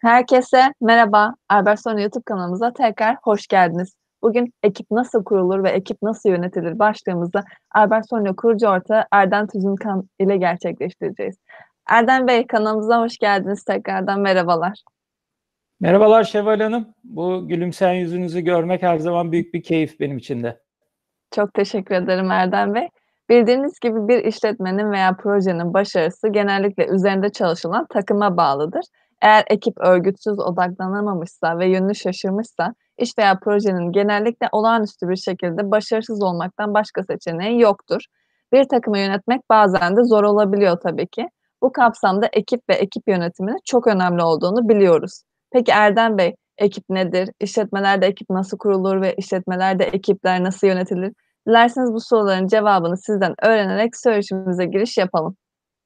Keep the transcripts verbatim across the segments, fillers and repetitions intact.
Herkese merhaba. Albertson YouTube kanalımıza tekrar hoş geldiniz. Bugün ekip nasıl kurulur ve ekip nasıl yönetilir başlığımızda Albertson kurucu ortağı Erdem Tüzünkan ile gerçekleştireceğiz. Erdem Bey, kanalımıza hoş geldiniz. Tekrardan merhabalar. Merhabalar Şevval Hanım. Bu gülümseyen yüzünüzü görmek her zaman büyük bir keyif benim için de. Çok teşekkür ederim Erdem Bey. Bildiğiniz gibi bir işletmenin veya projenin başarısı genellikle üzerinde çalışılan takıma bağlıdır. Eğer ekip örgütsüz odaklanamamışsa ve yönünü şaşırmışsa iş veya projenin genellikle olağanüstü bir şekilde başarısız olmaktan başka seçeneği yoktur. Bir takımı yönetmek bazen de zor olabiliyor tabii ki. Bu kapsamda ekip ve ekip yönetiminin çok önemli olduğunu biliyoruz. Peki Erdem Bey, ekip nedir? İşletmelerde ekip nasıl kurulur ve işletmelerde ekipler nasıl yönetilir? Dilerseniz bu soruların cevabını sizden öğrenerek söyleşimize giriş yapalım.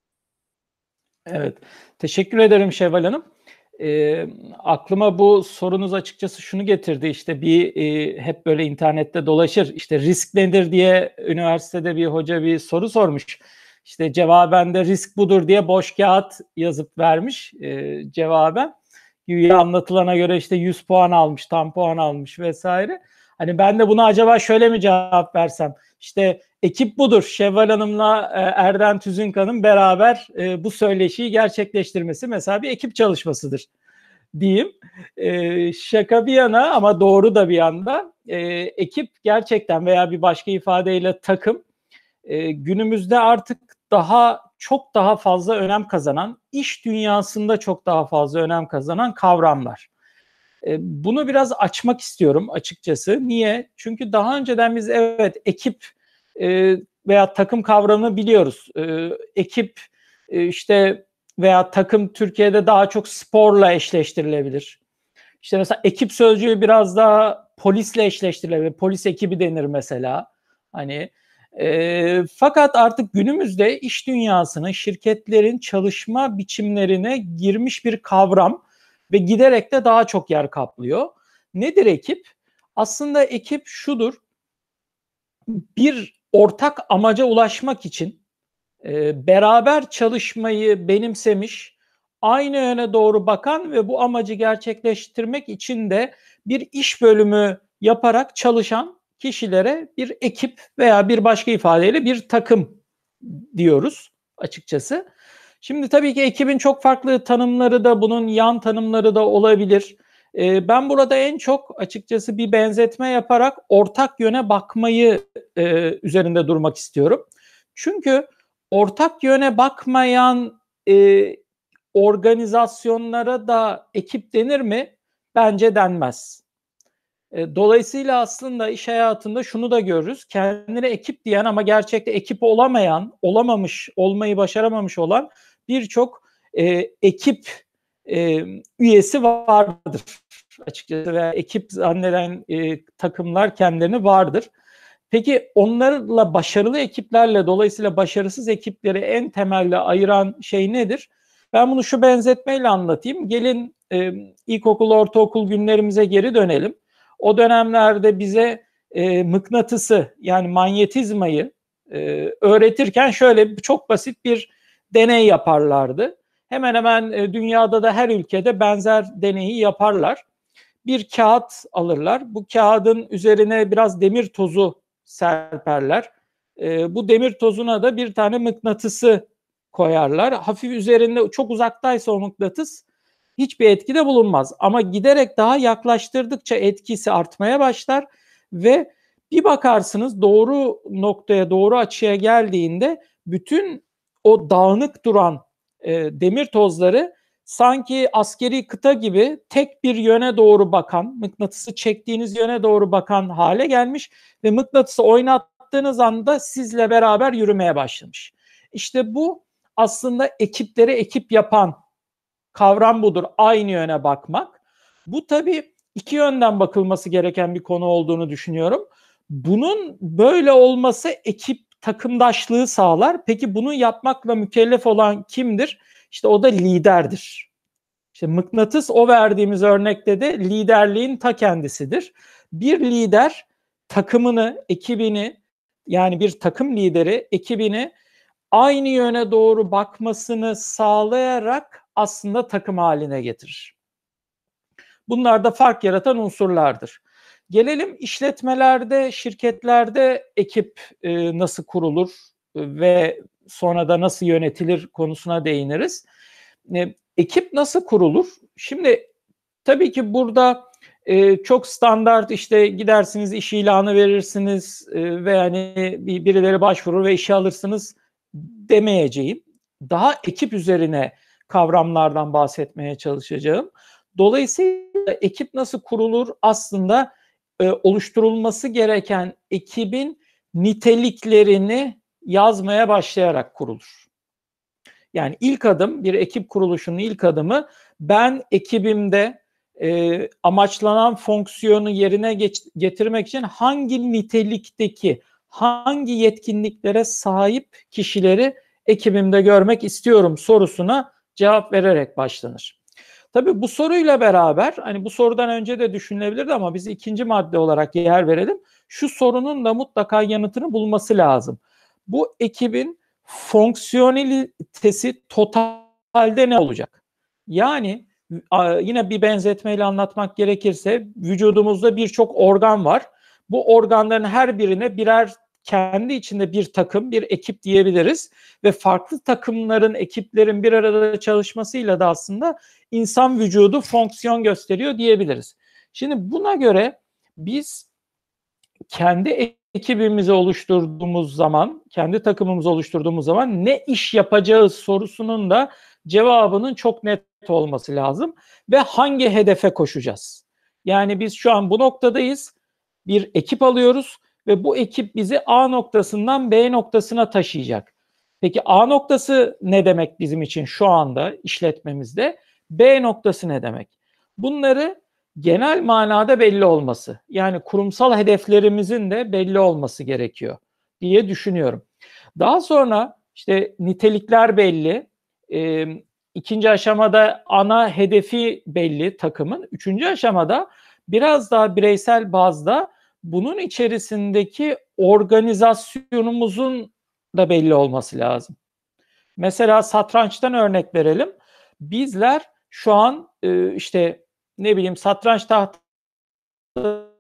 Evet, teşekkür ederim Şevval Hanım. E, aklıma bu sorunuz açıkçası şunu getirdi. İşte bir e, hep böyle internette dolaşır. İşte risk nedir diye üniversitede bir hoca bir soru sormuş. İşte cevaben de risk budur diye boş kağıt yazıp vermiş e, cevaben. Güya anlatılana göre işte yüz puan almış, tam puan almış vesaire. Hani ben de buna acaba şöyle mi cevap versem? İşte ekip budur. Şevval Hanım'la e, Erdem Tüzünkan'ın beraber e, bu söyleşiyi gerçekleştirmesi mesela bir ekip çalışmasıdır diyeyim. E, şaka bir yana ama doğru da bir yanda e, ekip gerçekten veya bir başka ifadeyle takım e, günümüzde artık daha çok daha fazla önem kazanan, iş dünyasında çok daha fazla önem kazanan kavramlar. E, bunu biraz açmak istiyorum açıkçası. Niye? Çünkü daha önceden biz evet ekip e, veya takım kavramını biliyoruz. E, ekip e, işte veya takım Türkiye'de daha çok sporla eşleştirilebilir. İşte mesela ekip sözcüğü biraz daha polisle eşleştirilebilir. Polis ekibi denir mesela. Hani e, fakat artık günümüzde iş dünyasının, şirketlerin çalışma biçimlerine girmiş bir kavram ve giderek de daha çok yer kaplıyor. Nedir ekip? Aslında ekip şudur: bir ortak amaca ulaşmak için e, beraber çalışmayı benimsemiş, aynı yöne doğru bakan ve bu amacı gerçekleştirmek için de bir iş bölümü yaparak çalışan kişilere bir ekip veya bir başka ifadeyle bir takım diyoruz açıkçası. Şimdi tabii ki ekibin çok farklı tanımları da, bunun yan tanımları da olabilir. Ee, ben burada en çok açıkçası bir benzetme yaparak ortak yöne bakmayı e, üzerinde durmak istiyorum. Çünkü ortak yöne bakmayan e, organizasyonlara da ekip denir mi? Bence denmez. E, dolayısıyla aslında iş hayatında şunu da görürüz. Kendine ekip diyen ama gerçekte ekip olamayan, olamamış, olmayı başaramamış olan birçok e, ekip e, üyesi vardır açıkçası, veya ekip zanneden e, takımlar kendilerini vardır. Peki onlarla başarılı ekiplerle dolayısıyla başarısız ekipleri en temelde ayıran şey nedir? Ben bunu şu benzetmeyle anlatayım. Gelin e, ilkokul, ortaokul günlerimize geri dönelim. O dönemlerde bize e, mıknatısı, yani manyetizmayı e, öğretirken şöyle çok basit bir deney yaparlardı. Hemen hemen e, dünyada da her ülkede benzer deneyi yaparlar. Bir kağıt alırlar. Bu kağıdın üzerine biraz demir tozu serperler. E, bu demir tozuna da bir tane mıknatısı koyarlar. Hafif üzerinde, çok uzaktaysa o mıknatıs hiçbir etkide bulunmaz. Ama giderek daha yaklaştırdıkça etkisi artmaya başlar ve bir bakarsınız doğru noktaya, doğru açıya geldiğinde bütün o dağınık duran e, demir tozları sanki askeri kıta gibi tek bir yöne doğru bakan, mıknatısı çektiğiniz yöne doğru bakan hale gelmiş ve mıknatısı oynattığınız anda sizle beraber yürümeye başlamış. İşte bu aslında ekipleri ekip yapan kavram budur. Aynı yöne bakmak. Bu tabii iki yönden bakılması gereken bir konu olduğunu düşünüyorum. Bunun böyle olması ekip takımdaşlığı sağlar. Peki bunu yapmakla mükellef olan kimdir? İşte o da liderdir. İşte mıknatıs, o verdiğimiz örnekte de liderliğin ta kendisidir. Bir lider takımını, ekibini, yani bir takım lideri ekibini aynı yöne doğru bakmasını sağlayarak aslında takım haline getirir. Bunlar da fark yaratan unsurlardır. Gelelim işletmelerde, şirketlerde ekip e, nasıl kurulur ve sonra da nasıl yönetilir konusuna değiniriz. E, ekip nasıl kurulur? Şimdi tabii ki burada e, çok standart işte gidersiniz iş ilanı verirsiniz e, ve hani bir, birileri başvurur ve işe alırsınız demeyeceğim. Daha ekip üzerine kavramlardan bahsetmeye çalışacağım. Dolayısıyla ekip nasıl kurulur? Aslında e, oluşturulması gereken ekibin niteliklerini yazmaya başlayarak kurulur. Yani ilk adım, bir ekip kuruluşunun ilk adımı, ben ekibimde e, amaçlanan fonksiyonu yerine geç, getirmek için hangi nitelikteki, hangi yetkinliklere sahip kişileri ekibimde görmek istiyorum sorusuna cevap vererek başlanır. Tabii bu soruyla beraber, hani bu sorudan önce de düşünülebilirdi ama biz ikinci madde olarak yer verelim. Şu sorunun da mutlaka yanıtını bulması lazım. Bu ekibin fonksiyonelitesi totalde ne olacak? Yani yine bir benzetmeyle anlatmak gerekirse vücudumuzda birçok organ var. Bu organların her birine birer kendi içinde bir takım, bir ekip diyebiliriz ve farklı takımların, ekiplerin bir arada çalışmasıyla da aslında insan vücudu fonksiyon gösteriyor diyebiliriz. Şimdi buna göre biz kendi ekibimizi oluşturduğumuz zaman, kendi takımımızı oluşturduğumuz zaman ne iş yapacağız sorusunun da cevabının çok net olması lazım ve hangi hedefe koşacağız? Yani biz şu an bu noktadayız, bir ekip alıyoruz ve bu ekip bizi A noktasından B noktasına taşıyacak. Peki A noktası ne demek bizim için şu anda işletmemizde? B noktası ne demek? Bunları genel manada belli olması, yani kurumsal hedeflerimizin de belli olması gerekiyor diye düşünüyorum. Daha sonra işte nitelikler belli, e, ikinci aşamada ana hedefi belli takımın, üçüncü aşamada biraz daha bireysel bazda bunun içerisindeki organizasyonumuzun da belli olması lazım. Mesela satrançtan örnek verelim. Bizler şu an e, işte ne bileyim satranç tahtasında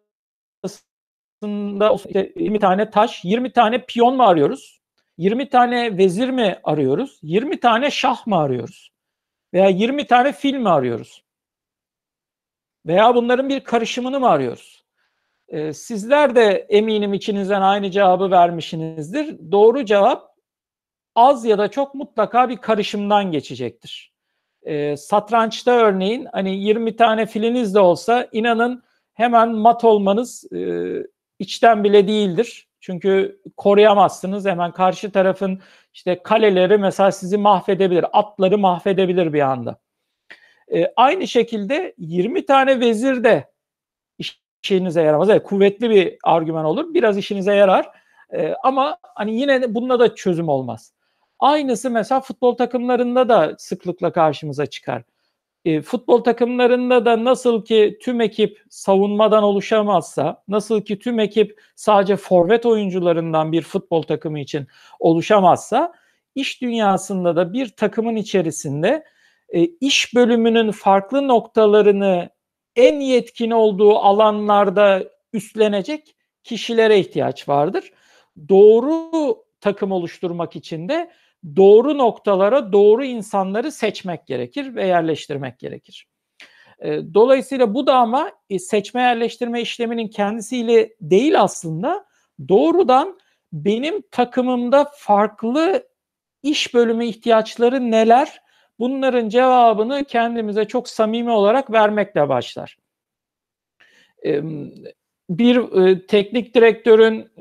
işte yirmi tane taş, yirmi tane piyon mu arıyoruz? yirmi tane vezir mi arıyoruz? yirmi tane şah mı arıyoruz? Veya yirmi tane fil mi arıyoruz? Veya bunların bir karışımını mı arıyoruz? Ee, sizler de eminim içinizden aynı cevabı vermişsinizdir. Doğru cevap az ya da çok mutlaka bir karışımdan geçecektir. E, satrançta örneğin hani yirmi tane filiniz de olsa inanın hemen mat olmanız e, içten bile değildir. Çünkü koruyamazsınız. Hemen karşı tarafın işte kaleleri mesela sizi mahvedebilir. Atları mahvedebilir bir anda. E, aynı şekilde yirmi tane vezir de işinize yaramaz. Evet, kuvvetli bir argüman olur. Biraz işinize yarar. E, ama hani yine de bununla da çözüm olmaz. Aynısı mesela futbol takımlarında da sıklıkla karşımıza çıkar. E, futbol takımlarında da nasıl ki tüm ekip savunmadan oluşamazsa, nasıl ki tüm ekip sadece forvet oyuncularından bir futbol takımı için oluşamazsa, iş dünyasında da bir takımın içerisinde e, iş bölümünün farklı noktalarını en yetkin olduğu alanlarda üstlenecek kişilere ihtiyaç vardır. Doğru takım oluşturmak için de doğru noktalara doğru insanları seçmek gerekir ve yerleştirmek gerekir. Dolayısıyla bu da ama seçme yerleştirme işleminin kendisiyle değil aslında, doğrudan benim takımımda farklı iş bölümü ihtiyaçları neler? Bunların cevabını kendimize çok samimi olarak vermekle başlar. Bir teknik direktörün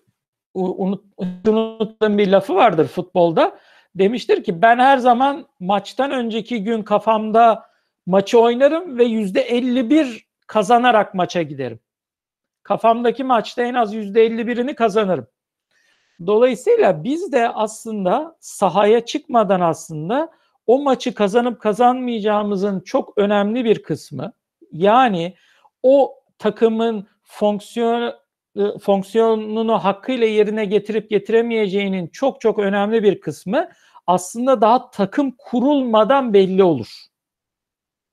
unuttuğum bir lafı vardır futbolda. Demiştir ki ben her zaman maçtan önceki gün kafamda maçı oynarım ve yüzde elli bir kazanarak maça giderim. Kafamdaki maçta en az yüzde elli birini kazanırım. Dolayısıyla biz de aslında sahaya çıkmadan aslında o maçı kazanıp kazanmayacağımızın çok önemli bir kısmı, yani o takımın fonksiyon fonksiyonunu hakkıyla yerine getirip getiremeyeceğinin çok çok önemli bir kısmı aslında daha takım kurulmadan belli olur.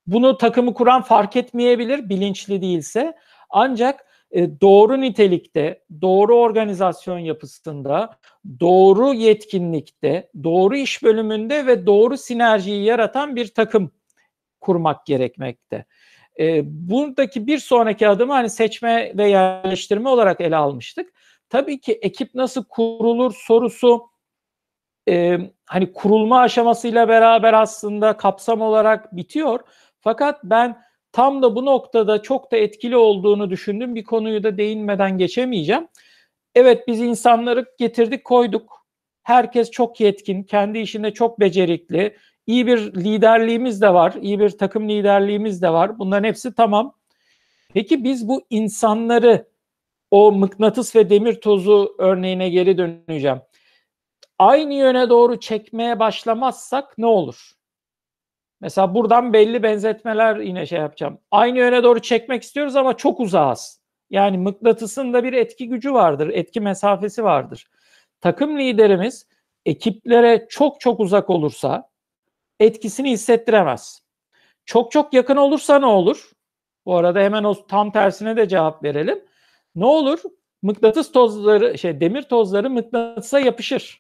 Bunu takımı kuran fark etmeyebilir bilinçli değilse. Ancak e, doğru nitelikte, doğru organizasyon yapısında, doğru yetkinlikte, doğru iş bölümünde ve doğru sinerjiyi yaratan bir takım kurmak gerekmekte. E, buradaki bir sonraki adımı hani seçme ve yerleştirme olarak ele almıştık. Tabii ki ekip nasıl kurulur sorusu e, hani kurulma aşamasıyla beraber aslında kapsam olarak bitiyor. Fakat ben tam da bu noktada çok da etkili olduğunu düşündüğüm bir konuyu da değinmeden geçemeyeceğim. Evet, biz insanları getirdik koyduk. Herkes çok yetkin, kendi işinde çok becerikli. İyi bir liderliğimiz de var, iyi bir takım liderliğimiz de var. Bunların hepsi tamam. Peki biz bu insanları o mıknatıs ve demir tozu örneğine geri döneceğim. Aynı yöne doğru çekmeye başlamazsak ne olur? Mesela buradan belli benzetmeler yine şey yapacağım. Aynı yöne doğru çekmek istiyoruz ama çok uzağız. Yani mıknatısın da bir etki gücü vardır, etki mesafesi vardır. Takım liderimiz ekiplere çok çok uzak olursa etkisini hissettiremez. Çok çok yakın olursa ne olur? Bu arada hemen o tam tersine de cevap verelim. Ne olur? Mıknatıs tozları, şey demir tozları mıknatısa yapışır.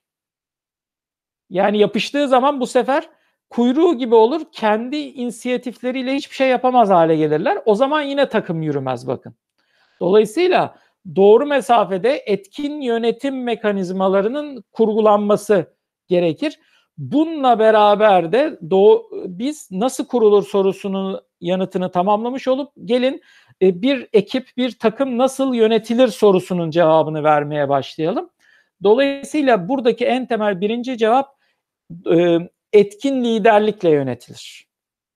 Yani yapıştığı zaman bu sefer kuyruğu gibi olur. Kendi inisiyatifleriyle hiçbir şey yapamaz hale gelirler. O zaman yine takım yürümez bakın. Dolayısıyla doğru mesafede etkin yönetim mekanizmalarının kurgulanması gerekir. Bununla beraber de doğu, biz nasıl kurulur sorusunun yanıtını tamamlamış olup gelin bir ekip, bir takım nasıl yönetilir sorusunun cevabını vermeye başlayalım. Dolayısıyla buradaki en temel birinci cevap etkin liderlikle yönetilir.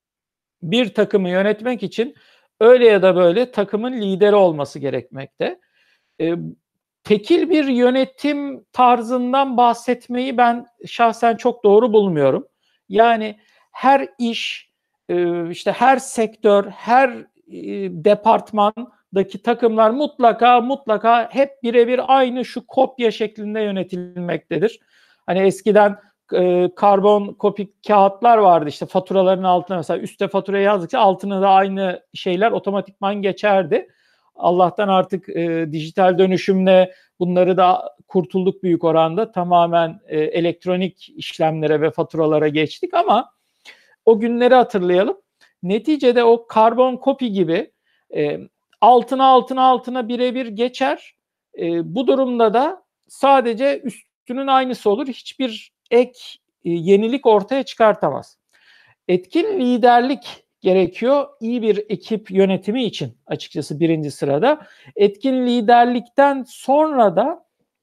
Bir takımı yönetmek için öyle ya da böyle takımın lideri olması gerekmekte. E, tekil bir yönetim tarzından bahsetmeyi ben şahsen çok doğru bulmuyorum. Yani her iş, e, işte her sektör, her e, departmandaki takımlar mutlaka mutlaka hep birebir aynı şu kopya şeklinde yönetilmektedir. Hani eskiden e, karbon kopik kağıtlar vardı, işte faturaların altına mesela üstte faturayı yazdıkça altına da aynı şeyler otomatikman geçerdi. Allah'tan artık e, dijital dönüşümle bunları da kurtulduk büyük oranda. Tamamen e, elektronik işlemlere ve faturalara geçtik ama o günleri hatırlayalım. Neticede o karbon kopi gibi e, altına altına altına birebir geçer. E, bu durumda da sadece üstünün aynısı olur. Hiçbir ek e, yenilik ortaya çıkartamaz. Etkin liderlik gerekiyor iyi bir ekip yönetimi için açıkçası birinci sırada. Etkin liderlikten sonra da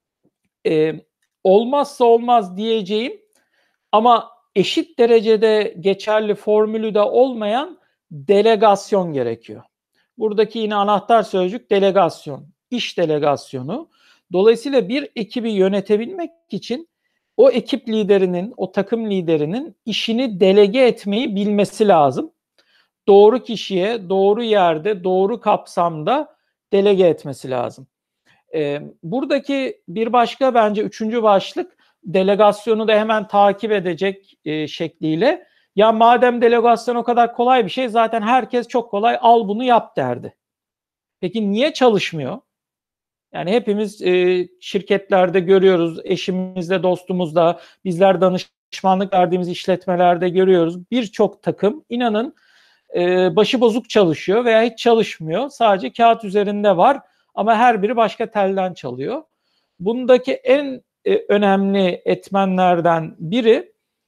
e, olmazsa olmaz diyeceğim ama eşit derecede geçerli formülü de olmayan delegasyon gerekiyor. Buradaki yine anahtar sözcük delegasyon, iş delegasyonu. Dolayısıyla bir ekibi yönetebilmek için o ekip liderinin, o takım liderinin işini delege etmeyi bilmesi lazım. Doğru kişiye, doğru yerde, doğru kapsamda delege etmesi lazım. Ee, buradaki bir başka bence üçüncü başlık delegasyonu da hemen takip edecek e, şekliyle. Ya madem delegasyon o kadar kolay bir şey zaten herkes çok kolay al bunu yap derdi. Peki niye çalışmıyor? Yani hepimiz e, şirketlerde görüyoruz, eşimizle, dostumuzla, bizler danışmanlık verdiğimiz işletmelerde görüyoruz. Birçok takım inanın e, başı bozuk çalışıyor veya hiç çalışmıyor. Sadece kağıt üzerinde var ama her biri başka telden çalıyor. Bundaki en e, önemli etmenlerden biri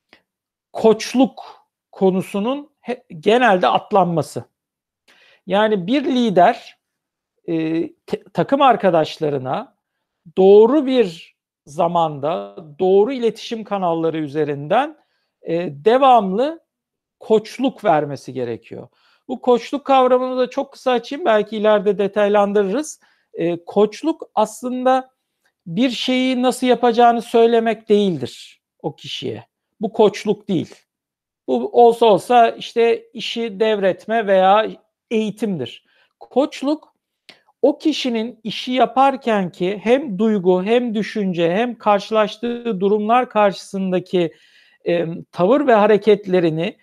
koçluk konusunun he, genelde atlanması. Yani bir lider e, te, takım arkadaşlarına doğru bir zamanda, doğru iletişim kanalları üzerinden e, devamlı koçluk vermesi gerekiyor. Bu koçluk kavramını da çok kısa açayım, belki ileride detaylandırırız. E, koçluk aslında bir şeyi nasıl yapacağını söylemek değildir o kişiye. Bu koçluk değil. Bu olsa olsa işte işi devretme veya eğitimdir. Koçluk o kişinin işi yaparken ki hem duygu hem düşünce hem karşılaştığı durumlar karşısındaki e, tavır ve hareketlerini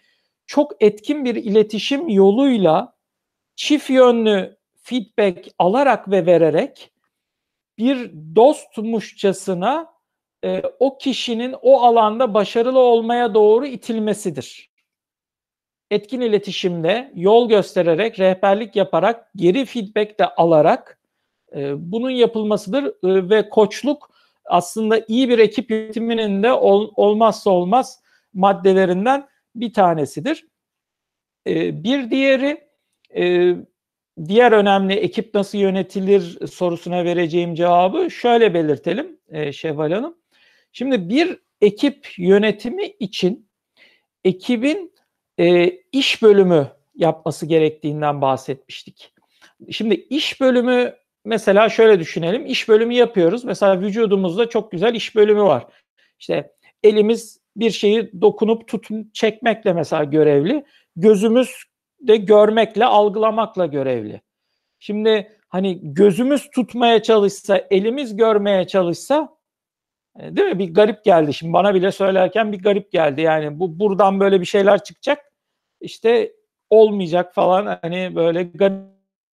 çok etkin bir iletişim yoluyla çift yönlü feedback alarak ve vererek bir dostmuşçasına e, o kişinin o alanda başarılı olmaya doğru itilmesidir. Etkin iletişimde yol göstererek, rehberlik yaparak, geri feedback de alarak e, bunun yapılmasıdır e, ve koçluk aslında iyi bir ekip yönetiminin de ol, olmazsa olmaz maddelerinden bir tanesidir. E, bir diğeri e, diğer önemli ekip nasıl yönetilir sorusuna vereceğim cevabı şöyle belirtelim e, Şevval Hanım. Şimdi bir ekip yönetimi için ekibin e, iş bölümü yapması gerektiğinden bahsetmiştik. Şimdi iş bölümü mesela şöyle düşünelim. İş bölümü yapıyoruz. Mesela vücudumuzda çok güzel iş bölümü var. İşte elimiz bir şeyi dokunup tutup çekmekle mesela görevli. Gözümüz de görmekle, algılamakla görevli. Şimdi hani gözümüz tutmaya çalışsa, elimiz görmeye çalışsa, değil mi? Bir garip geldi. Şimdi bana bile söylerken bir garip geldi. Yani bu buradan böyle bir şeyler çıkacak. İşte olmayacak falan. Hani böyle garip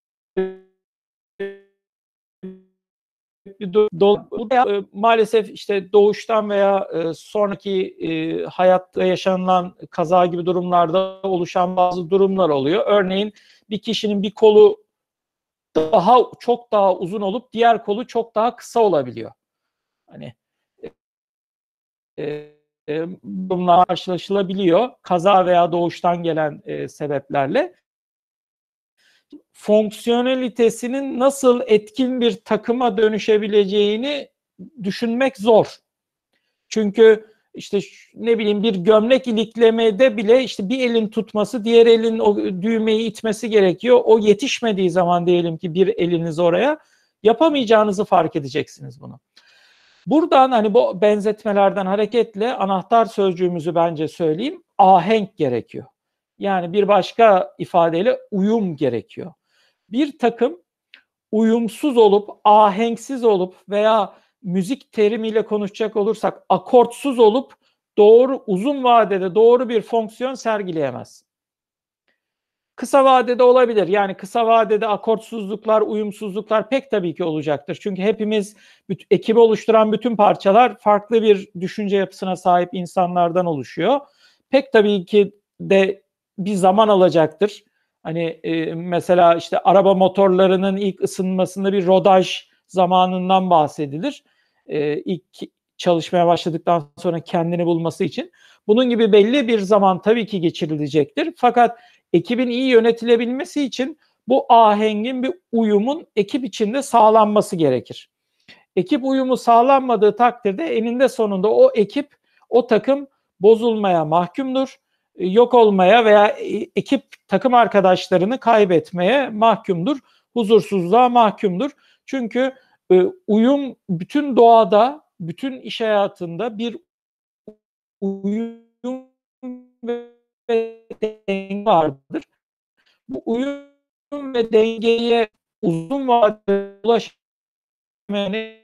do- maalesef işte doğuştan veya e, sonraki e, hayatta yaşanılan kaza gibi durumlarda oluşan bazı durumlar oluyor. Örneğin bir kişinin bir kolu daha çok daha uzun olup diğer kolu çok daha kısa olabiliyor. Hani e, e, durumlar karşılaşılabiliyor. Kaza veya doğuştan gelen e, sebeplerle. Fonksiyonelitesinin nasıl etkin bir takıma dönüşebileceğini düşünmek zor. Çünkü işte ne bileyim bir gömlek iliklemede bile işte bir elin tutması, diğer elin o düğmeyi itmesi gerekiyor. O yetişmediği zaman diyelim ki bir eliniz oraya, yapamayacağınızı fark edeceksiniz bunu. Buradan hani bu benzetmelerden hareketle anahtar sözcüğümüzü bence söyleyeyim. Ahenk gerekiyor. Yani bir başka ifadeyle uyum gerekiyor. Bir takım uyumsuz olup, ahenksiz olup veya müzik terimiyle konuşacak olursak akortsuz olup doğru uzun vadede doğru bir fonksiyon sergileyemez. Kısa vadede olabilir. Yani kısa vadede akortsuzluklar, uyumsuzluklar pek tabii ki olacaktır. Çünkü hepimiz ekibi oluşturan bütün parçalar farklı bir düşünce yapısına sahip insanlardan oluşuyor. Pek tabii ki de bir zaman alacaktır. Hani e, mesela işte araba motorlarının ilk ısınmasında bir rodaj zamanından bahsedilir. E, ilk çalışmaya başladıktan sonra kendini bulması için. Bunun gibi belli bir zaman tabii ki geçirilecektir. Fakat ekibin iyi yönetilebilmesi için bu ahengin bir uyumun ekip içinde sağlanması gerekir. Ekip uyumu sağlanmadığı takdirde eninde sonunda o ekip, o takım bozulmaya mahkumdur. Yok olmaya veya ekip takım arkadaşlarını kaybetmeye mahkumdur. Huzursuzluğa mahkumdur. Çünkü uyum bütün doğada, bütün iş hayatında bir uyum ve denge vardır. Bu uyum ve dengeye uzun vadede ulaşmaya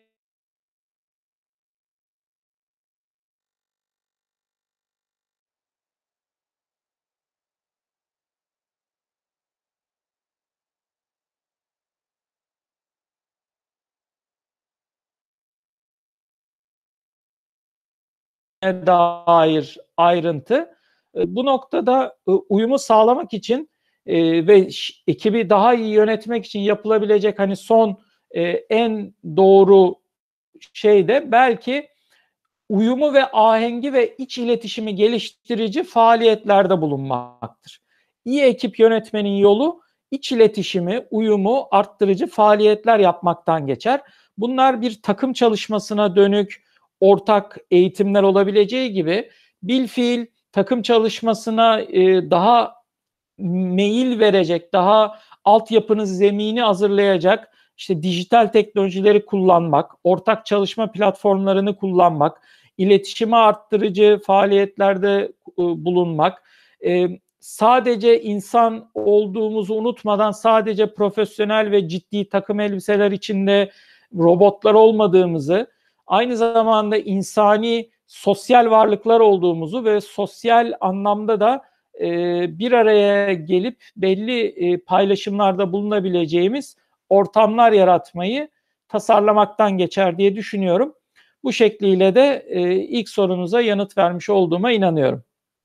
dair ayrıntı. Bu noktada uyumu sağlamak için ve ekibi daha iyi yönetmek için yapılabilecek hani son en doğru şey de belki uyumu ve ahengi ve iç iletişimi geliştirici faaliyetlerde bulunmaktır. İyi ekip yönetmenin yolu iç iletişimi, uyumu arttırıcı faaliyetler yapmaktan geçer. Bunlar bir takım çalışmasına dönük ortak eğitimler olabileceği gibi bilfiil takım çalışmasına e, daha meyil verecek, daha altyapının zemini hazırlayacak işte dijital teknolojileri kullanmak, ortak çalışma platformlarını kullanmak, iletişimi arttırıcı faaliyetlerde e, bulunmak, e, sadece insan olduğumuzu unutmadan sadece profesyonel ve ciddi takım elbiseler içinde robotlar olmadığımızı, aynı zamanda insani sosyal varlıklar olduğumuzu ve sosyal anlamda da e, bir araya gelip belli e, paylaşımlarda bulunabileceğimiz ortamlar yaratmayı tasarlamaktan geçer diye düşünüyorum. Bu şekliyle de e, ilk sorunuza yanıt vermiş olduğuma inanıyorum.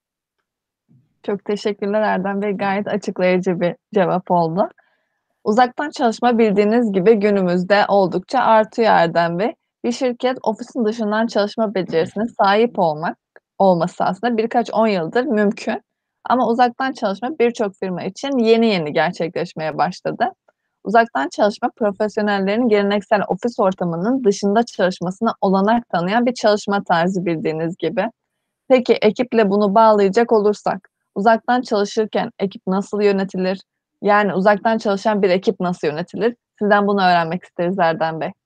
Çok teşekkürler Erdem Bey. Gayet açıklayıcı bir cevap oldu. Uzaktan çalışma bildiğiniz gibi günümüzde oldukça artıyor Erdem Bey. Bir şirket ofisin dışından çalışma becerisine sahip olmak olması aslında birkaç on yıldır mümkün. Ama uzaktan çalışma birçok firma için yeni yeni gerçekleşmeye başladı. Uzaktan çalışma profesyonellerin geleneksel ofis ortamının dışında çalışmasına olanak tanıyan bir çalışma tarzı bildiğiniz gibi. Peki ekiple bunu bağlayacak olursak, uzaktan çalışırken ekip nasıl yönetilir? Yani uzaktan çalışan bir ekip nasıl yönetilir? Sizden bunu öğrenmek isteriz Erdem Bey.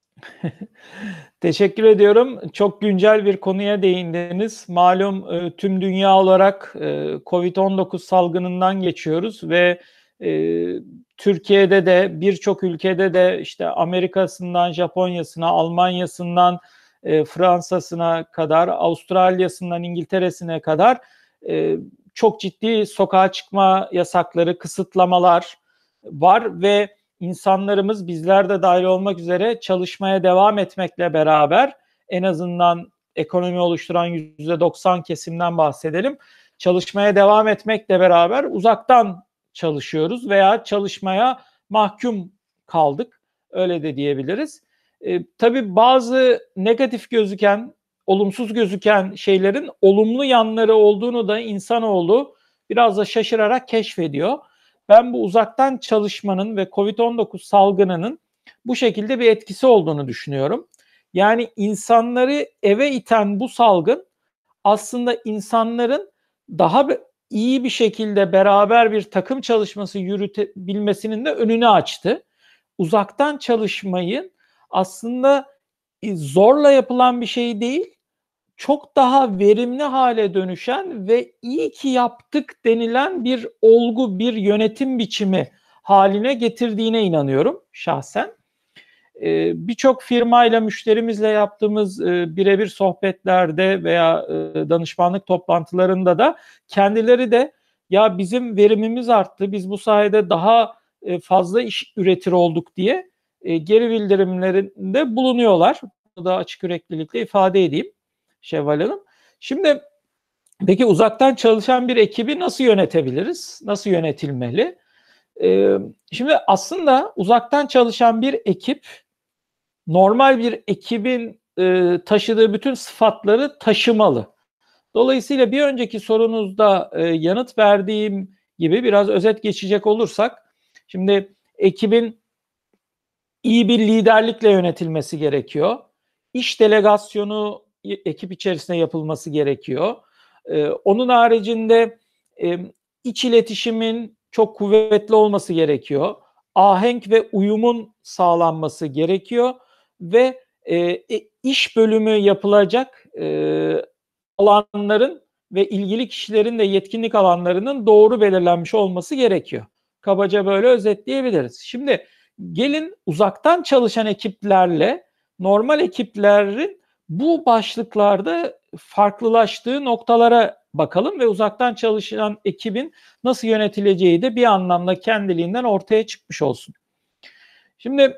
Teşekkür ediyorum. Çok güncel bir konuya değindiniz. Malum e, tüm dünya olarak e, kovid on dokuz salgınından geçiyoruz ve e, Türkiye'de de birçok ülkede de işte Amerika'sından Japonya'sına, Almanya'sından e, Fransa'sına kadar, Avustralya'sından İngiltere'sine kadar e, çok ciddi sokağa çıkma yasakları, kısıtlamalar var ve İnsanlarımız, bizler de dahil olmak üzere, çalışmaya devam etmekle beraber, en azından ekonomi oluşturan yüzde doksan kesimden bahsedelim, çalışmaya devam etmekle beraber uzaktan çalışıyoruz veya çalışmaya mahkum kaldık. Öyle de diyebiliriz. E, tabii bazı negatif gözüken, olumsuz gözüken şeylerin olumlu yanları olduğunu da insanoğlu biraz da şaşırarak keşfediyor. Ben bu uzaktan çalışmanın ve kovid on dokuz salgınının bu şekilde bir etkisi olduğunu düşünüyorum. Yani insanları eve iten bu salgın aslında insanların daha iyi bir şekilde beraber bir takım çalışması yürütebilmesinin de önünü açtı. Uzaktan çalışmayı aslında zorla yapılan bir şey değil, çok daha verimli hale dönüşen ve iyi ki yaptık denilen bir olgu, bir yönetim biçimi haline getirdiğine inanıyorum şahsen. Ee, Birçok firmayla, müşterimizle yaptığımız e, birebir sohbetlerde veya e, danışmanlık toplantılarında da kendileri de ya bizim verimimiz arttı, biz bu sayede daha e, fazla iş üretir olduk diye e, geri bildirimlerinde bulunuyorlar. Bunu da açık yüreklilikle ifade edeyim Şevval Hanım. Şimdi peki uzaktan çalışan bir ekibi nasıl yönetebiliriz? Nasıl yönetilmeli? Ee, şimdi aslında uzaktan çalışan bir ekip normal bir ekibin e, taşıdığı bütün sıfatları taşımalı. Dolayısıyla bir önceki sorunuzda e, yanıt verdiğim gibi biraz özet geçecek olursak, şimdi ekibin iyi bir liderlikle yönetilmesi gerekiyor. İş delegasyonu ekip içerisinde yapılması gerekiyor. Ee, onun haricinde e, iç iletişimin çok kuvvetli olması gerekiyor. Ahenk ve uyumun sağlanması gerekiyor ve e, iş bölümü yapılacak e, alanların ve ilgili kişilerin de yetkinlik alanlarının doğru belirlenmiş olması gerekiyor. Kabaca böyle özetleyebiliriz. Şimdi gelin uzaktan çalışan ekiplerle normal ekiplerin bu başlıklarda farklılaştığı noktalara bakalım ve uzaktan çalışan ekibin nasıl yönetileceği de bir anlamda kendiliğinden ortaya çıkmış olsun. Şimdi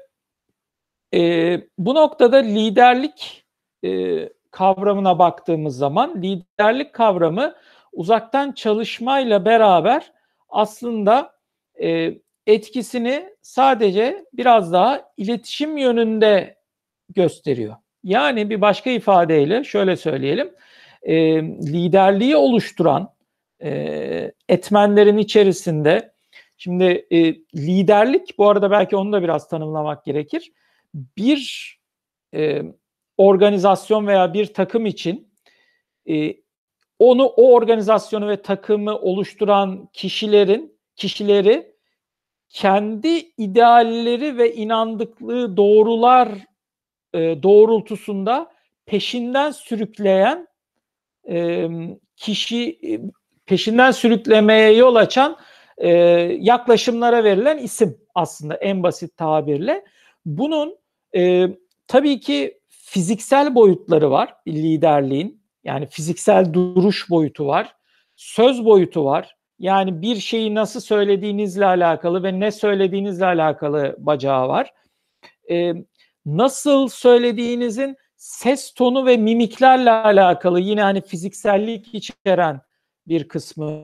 e, bu noktada liderlik e, kavramına baktığımız zaman, liderlik kavramı uzaktan çalışmayla beraber aslında e, etkisini sadece biraz daha iletişim yönünde gösteriyor. Yani bir başka ifadeyle şöyle söyleyelim, e, liderliği oluşturan e, etmenlerin içerisinde, şimdi e, liderlik, bu arada belki onu da biraz tanımlamak gerekir. Bir e, organizasyon veya bir takım için e, onu, o organizasyonu ve takımı oluşturan kişilerin kişileri kendi idealleri ve inandıkları doğrular e, doğrultusunda peşinden sürükleyen e, kişi e, peşinden sürüklemeye yol açan e, yaklaşımlara verilen isim aslında en basit tabirle. Bunun e, tabii ki fiziksel boyutları var liderliğin. Yani fiziksel duruş boyutu var. söz boyutu var. Yani bir şeyi nasıl söylediğinizle alakalı ve ne söylediğinizle alakalı bacağı var. Ee, nasıl söylediğinizin ses tonu ve mimiklerle alakalı yine hani fiziksellik içeren bir kısmı,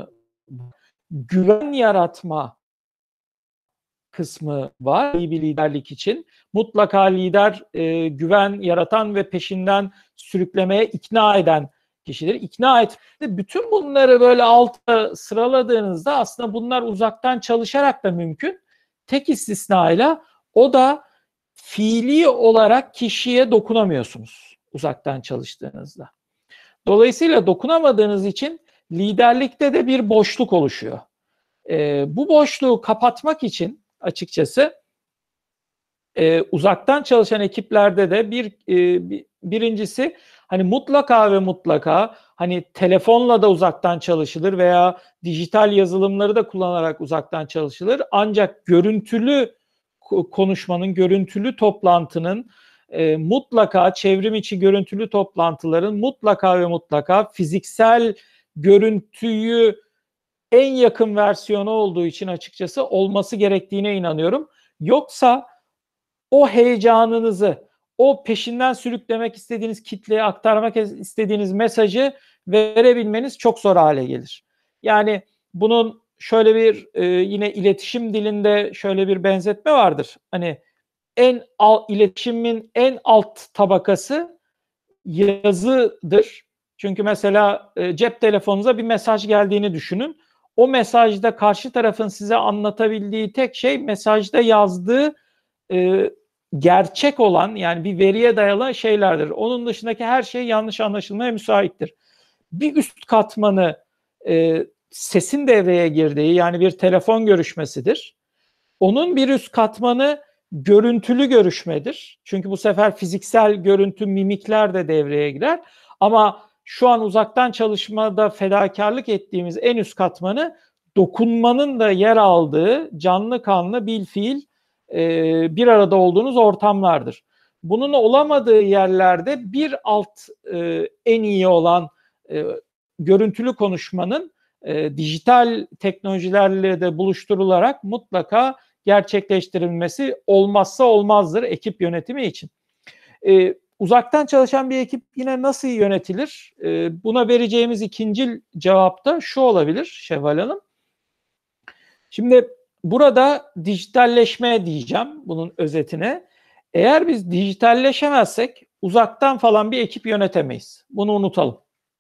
güven yaratma kısmı var iyi bir liderlik için. Mutlaka lider e, güven yaratan ve peşinden sürüklemeye ikna eden kişidir. İkna et. Bütün bunları böyle alta sıraladığınızda aslında bunlar uzaktan çalışarak da mümkün. Tek istisnayla o da fiili olarak kişiye dokunamıyorsunuz uzaktan çalıştığınızda. Dolayısıyla dokunamadığınız için liderlikte de bir boşluk oluşuyor. E, bu boşluğu kapatmak için açıkçası e, uzaktan çalışan ekiplerde de bir, e, bir birincisi hani mutlaka ve mutlaka hani telefonla da uzaktan çalışılır veya dijital yazılımları da kullanarak uzaktan çalışılır. Ancak görüntülü konuşmanın, görüntülü toplantının e, mutlaka çevrim içi görüntülü toplantıların mutlaka ve mutlaka fiziksel görüntüyü en yakın versiyonu olduğu için açıkçası olması gerektiğine inanıyorum. Yoksa o heyecanınızı, o peşinden sürüklemek istediğiniz kitleye aktarmak istediğiniz mesajı verebilmeniz çok zor hale gelir. Yani bunun şöyle bir e, yine iletişim dilinde şöyle bir benzetme vardır. Hani en alt iletişimin en alt tabakası yazıdır. Çünkü mesela e, cep telefonunuza bir mesaj geldiğini düşünün. O mesajda karşı tarafın size anlatabildiği tek şey mesajda yazdığı e, gerçek olan yani bir veriye dayalı şeylerdir. Onun dışındaki her şey yanlış anlaşılmaya müsaittir. Bir üst katmanı e, sesin devreye girdiği yani bir telefon görüşmesidir. Onun bir üst katmanı görüntülü görüşmedir. Çünkü bu sefer fiziksel görüntü, mimikler de devreye girer. Ama şu an uzaktan çalışmada fedakarlık ettiğimiz en üst katmanı dokunmanın da yer aldığı canlı kanlı bilfiil e, bir arada olduğunuz ortamlardır. Bunun olamadığı yerlerde bir alt e, en iyi olan e, görüntülü konuşmanın e, dijital teknolojilerle de buluşturularak mutlaka gerçekleştirilmesi olmazsa olmazdır ekip yönetimi için. Ee, uzaktan çalışan bir ekip yine nasıl yönetilir? Ee, buna vereceğimiz ikinci cevap da şu olabilir Şevval Hanım. Şimdi burada dijitalleşme diyeceğim bunun özetine. Eğer biz dijitalleşemezsek uzaktan falan bir ekip yönetemeyiz. Bunu unutalım.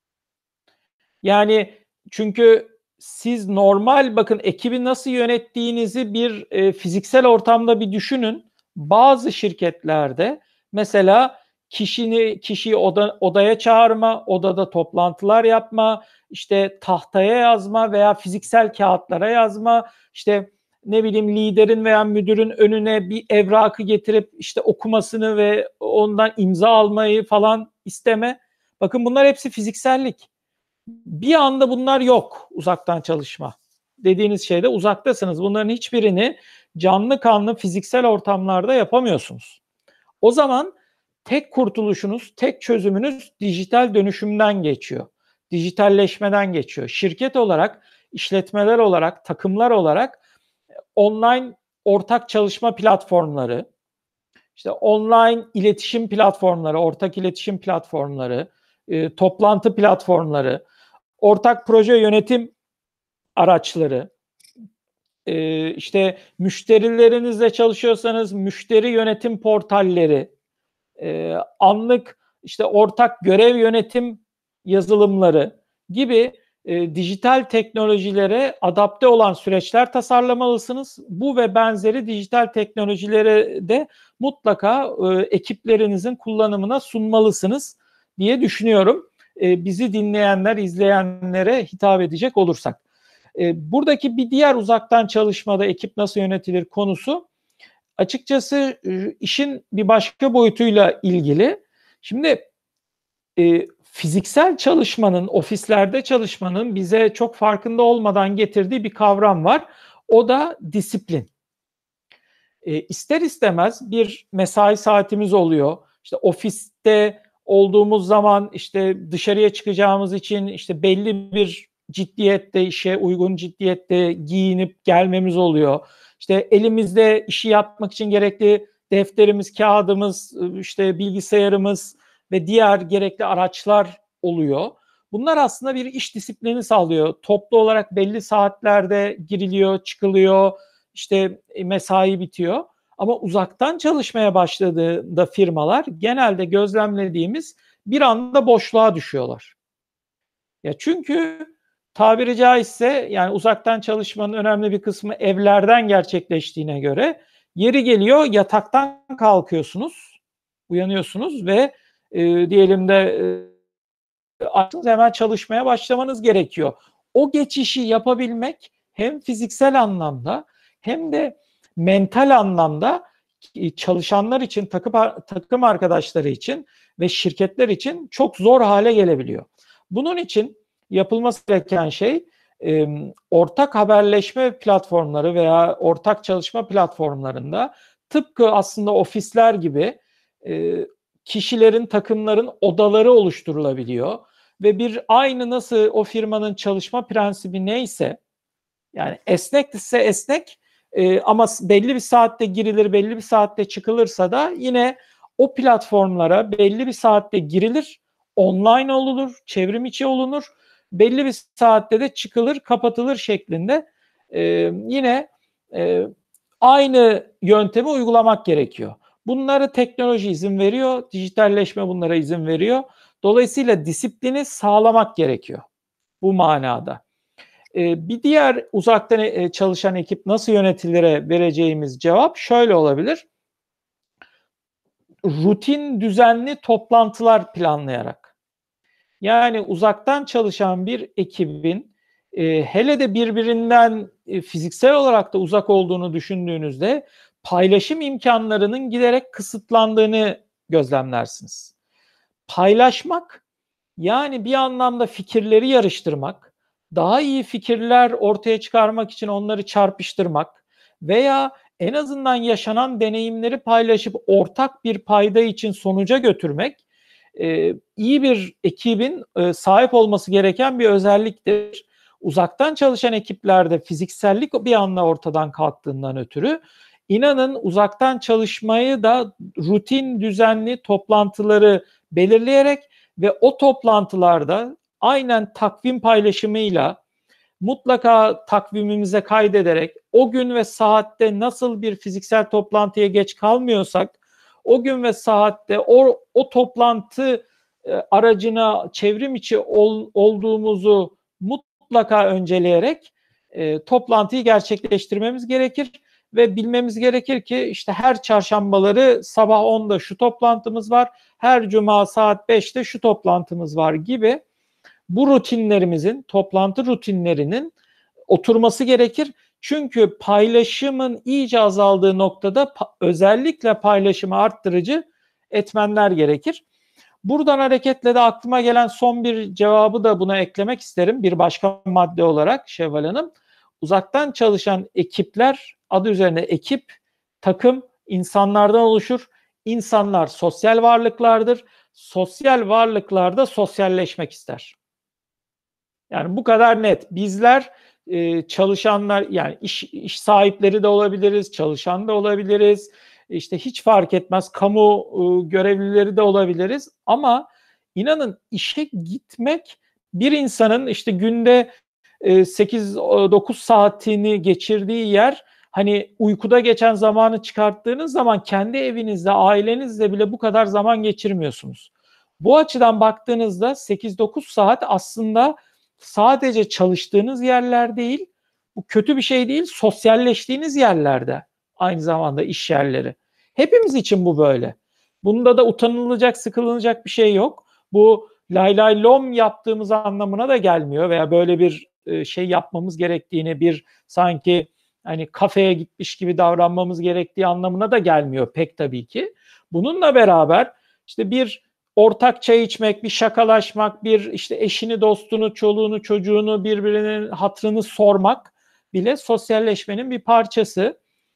Yani çünkü siz normal bakın ekibi nasıl yönettiğinizi bir e, fiziksel ortamda bir düşünün. Bazı şirketlerde mesela kişini kişiyi oda, odaya çağırma, odada toplantılar yapma, işte tahtaya yazma veya fiziksel kağıtlara yazma, işte ne bileyim liderin veya müdürün önüne bir evrakı getirip işte okumasını ve ondan imza almayı falan isteme. Bakın bunlar hepsi fiziksellik. Bir anda bunlar yok uzaktan çalışma. Dediğiniz şeyde uzaktasınız. Bunların hiçbirini canlı kanlı fiziksel ortamlarda yapamıyorsunuz. O zaman tek kurtuluşunuz, tek çözümünüz dijital dönüşümden geçiyor. Dijitalleşmeden geçiyor. Şirket olarak, işletmeler olarak, takımlar olarak online ortak çalışma platformları, işte online iletişim platformları, ortak iletişim platformları, e, toplantı platformları, ortak proje yönetim araçları, e, işte müşterilerinizle çalışıyorsanız müşteri yönetim portalleri, e, anlık işte ortak görev yönetim yazılımları gibi e, dijital teknolojilere adapte olan süreçler tasarlamalısınız. Bu ve benzeri dijital teknolojilere de mutlaka e, ekiplerinizin kullanımına sunmalısınız diye düşünüyorum. E, bizi dinleyenler, izleyenlere hitap edecek olursak. E, buradaki bir diğer uzaktan çalışmada ekip nasıl yönetilir konusu açıkçası e, işin bir başka boyutuyla ilgili. Şimdi e, fiziksel çalışmanın, ofislerde çalışmanın bize çok farkında olmadan getirdiği bir kavram var. O da disiplin. E, ister istemez bir mesai saatimiz oluyor. İşte ofiste olduğumuz zaman işte dışarıya çıkacağımız için işte belli bir ciddiyette, işe uygun ciddiyette giyinip gelmemiz oluyor. İşte elimizde işi yapmak için gerekli defterimiz, kağıdımız, işte bilgisayarımız ve diğer gerekli araçlar oluyor. Bunlar aslında bir iş disiplini sağlıyor. Toplu olarak belli saatlerde giriliyor, çıkılıyor, işte mesai bitiyor. Ama uzaktan çalışmaya başladığında firmalar genelde gözlemlediğimiz bir anda boşluğa düşüyorlar. Ya çünkü tabiri caizse yani uzaktan çalışmanın önemli bir kısmı evlerden gerçekleştiğine göre yeri geliyor yataktan kalkıyorsunuz, uyanıyorsunuz ve e, diyelim de e, hemen çalışmaya başlamanız gerekiyor. O geçişi yapabilmek hem fiziksel anlamda hem de mental anlamda çalışanlar için, takım, takım arkadaşları için ve şirketler için çok zor hale gelebiliyor. Bunun için yapılması gereken şey e, ortak haberleşme platformları veya ortak çalışma platformlarında tıpkı aslında ofisler gibi e, kişilerin, takımların odaları oluşturulabiliyor ve bir aynı nasıl o firmanın çalışma prensibi neyse yani esnek ise esnek e, ama belli bir saatte girilir, belli bir saatte çıkılırsa da yine o platformlara belli bir saatte girilir, online olunur, çevrim içi olunur, belli bir saatte de çıkılır, kapatılır şeklinde e, yine e, aynı yöntemi uygulamak gerekiyor. Bunları teknoloji izin veriyor, dijitalleşme bunlara izin veriyor. Dolayısıyla disiplini sağlamak gerekiyor bu manada. Ee, bir diğer uzaktan çalışan ekip nasıl yönetilire vereceğimiz cevap şöyle olabilir. Rutin, düzenli toplantılar planlayarak. Yani uzaktan çalışan bir ekibin e, hele de birbirinden e, fiziksel olarak da uzak olduğunu düşündüğünüzde paylaşım imkanlarının giderek kısıtlandığını gözlemlersiniz. Paylaşmak yani bir anlamda fikirleri yarıştırmak, daha iyi fikirler ortaya çıkarmak için onları çarpıştırmak veya en azından yaşanan deneyimleri paylaşıp ortak bir payda için sonuca götürmek e, iyi bir ekibin e, sahip olması gereken bir özelliktir. Uzaktan çalışan ekiplerde fiziksellik bir anda ortadan kalktığından ötürü inanın uzaktan çalışmayı da rutin, düzenli toplantıları belirleyerek ve o toplantılarda aynen takvim paylaşımıyla mutlaka takvimimize kaydederek o gün ve saatte nasıl bir fiziksel toplantıya geç kalmıyorsak o gün ve saatte o, o toplantı e, aracına çevrim içi ol, olduğumuzu mutlaka önceleyerek e, toplantıyı gerçekleştirmemiz gerekir ve bilmemiz gerekir ki işte her çarşambaları sabah onda şu toplantımız var, her cuma saat beşte şu toplantımız var gibi bu rutinlerimizin, toplantı rutinlerinin oturması gerekir. Çünkü paylaşımın iyice azaldığı noktada pa- özellikle paylaşımı arttırıcı etmenler gerekir. Buradan hareketle de aklıma gelen son bir cevabı da buna eklemek isterim. Bir başka madde olarak Şevval Hanım, uzaktan çalışan ekipler adı üzerine ekip, takım insanlardan oluşur. İnsanlar sosyal varlıklardır. Sosyal varlıklar da sosyalleşmek ister. Yani bu kadar net. Bizler e, çalışanlar yani iş, iş sahipleri de olabiliriz, çalışan da olabiliriz. İşte hiç fark etmez kamu e, görevlileri de olabiliriz. Ama inanın işe gitmek bir insanın işte günde e, sekiz dokuz saatini geçirdiği yer hani uykuda geçen zamanı çıkarttığınız zaman kendi evinizde, ailenizle bile bu kadar zaman geçirmiyorsunuz. Bu açıdan baktığınızda sekiz dokuz saat aslında sadece çalıştığınız yerler değil, bu kötü bir şey değil, sosyalleştiğiniz yerlerde aynı zamanda iş yerleri. Hepimiz için bu böyle. Bunda da utanılacak, sıkılınacak bir şey yok. Bu lay lay lom yaptığımız anlamına da gelmiyor veya böyle bir şey yapmamız gerektiğini, bir sanki hani kafeye gitmiş gibi davranmamız gerektiği anlamına da gelmiyor pek tabii ki. Bununla beraber işte bir ortak çay içmek, bir şakalaşmak, bir işte eşini, dostunu, çoluğunu, çocuğunu, birbirinin hatırını sormak bile sosyalleşmenin bir parçası.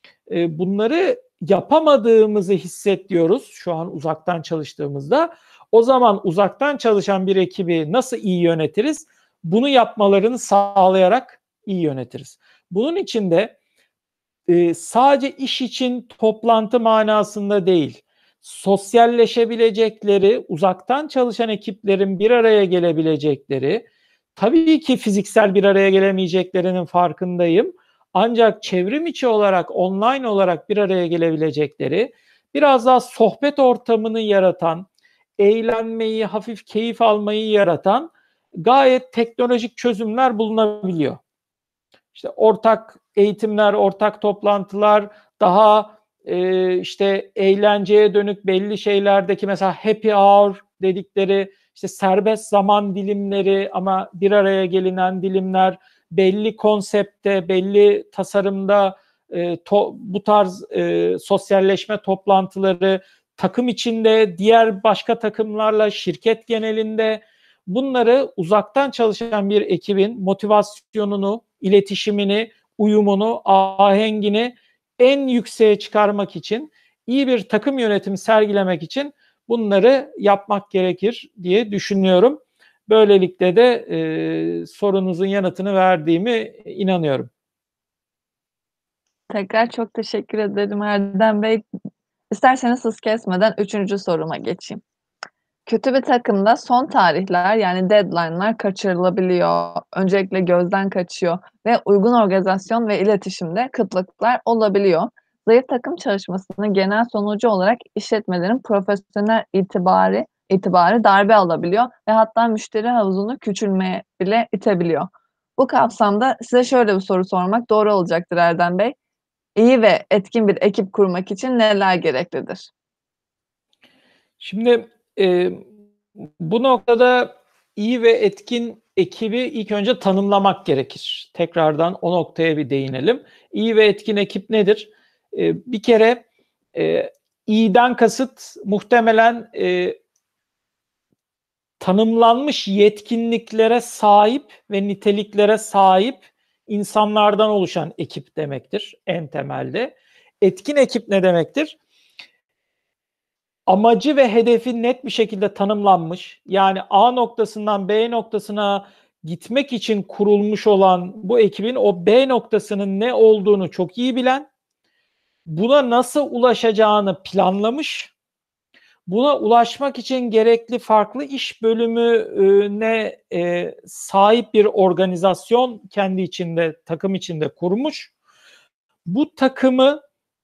Bunları yapamadığımızı hissediyoruz şu an uzaktan çalıştığımızda. O zaman uzaktan çalışan bir ekibi nasıl iyi yönetiriz? bunu yapmalarını sağlayarak iyi yönetiriz. Bunun için de e, sadece iş için toplantı manasında değil, sosyalleşebilecekleri, uzaktan çalışan ekiplerin bir araya gelebilecekleri, tabii ki fiziksel bir araya gelemeyeceklerinin farkındayım. Ancak çevrim içi olarak, online olarak bir araya gelebilecekleri, biraz daha sohbet ortamını yaratan, eğlenmeyi, hafif keyif almayı yaratan gayet teknolojik çözümler bulunabiliyor. İşte ortak eğitimler, ortak toplantılar, daha e, işte eğlenceye dönük belli şeylerdeki mesela happy hour dedikleri işte serbest zaman dilimleri ama bir araya gelinen dilimler, belli konsepte, belli tasarımda e, to, bu tarz e, sosyalleşme toplantıları takım içinde, diğer başka takımlarla, şirket genelinde bunları uzaktan çalışan bir ekibin motivasyonunu, iletişimini, uyumunu, ahengini en yükseğe çıkarmak için, iyi bir takım yönetimi sergilemek için bunları yapmak gerekir diye düşünüyorum. Böylelikle de e, sorunuzun yanıtını verdiğimi inanıyorum. Tekrar çok teşekkür ederim Erdem Bey. İsterseniz hız kesmeden üçüncü soruma geçeyim. Kötü bir takımda son tarihler, yani deadline'lar kaçırılabiliyor, öncelikle gözden kaçıyor ve uygun organizasyon ve iletişimde kıtlıklar olabiliyor. Zayıf takım çalışmasının genel sonucu olarak işletmelerin profesyonel itibarı itibarı darbe alabiliyor ve hatta müşteri havuzunu küçülmeye bile itebiliyor. Bu kapsamda size şöyle bir soru sormak doğru olacaktır Erdem Bey. İyi ve etkin bir ekip kurmak için neler gereklidir? Şimdi e, bu noktada iyi ve etkin ekibi ilk önce tanımlamak gerekir. Tekrardan o noktaya bir değinelim. İyi ve etkin ekip nedir? E, bir kere e, iyiden kasıt muhtemelen e, tanımlanmış yetkinliklere sahip ve niteliklere sahip insanlardan oluşan ekip demektir en temelde. Etkin ekip ne demektir? Amacı ve hedefi net bir şekilde tanımlanmış, yani A noktasından B noktasına gitmek için kurulmuş olan bu ekibin o B noktasının ne olduğunu çok iyi bilen, buna nasıl ulaşacağını planlamış, buna ulaşmak için gerekli farklı iş bölümüne e, sahip bir organizasyon kendi içinde, takım içinde kurmuş. Bu takımı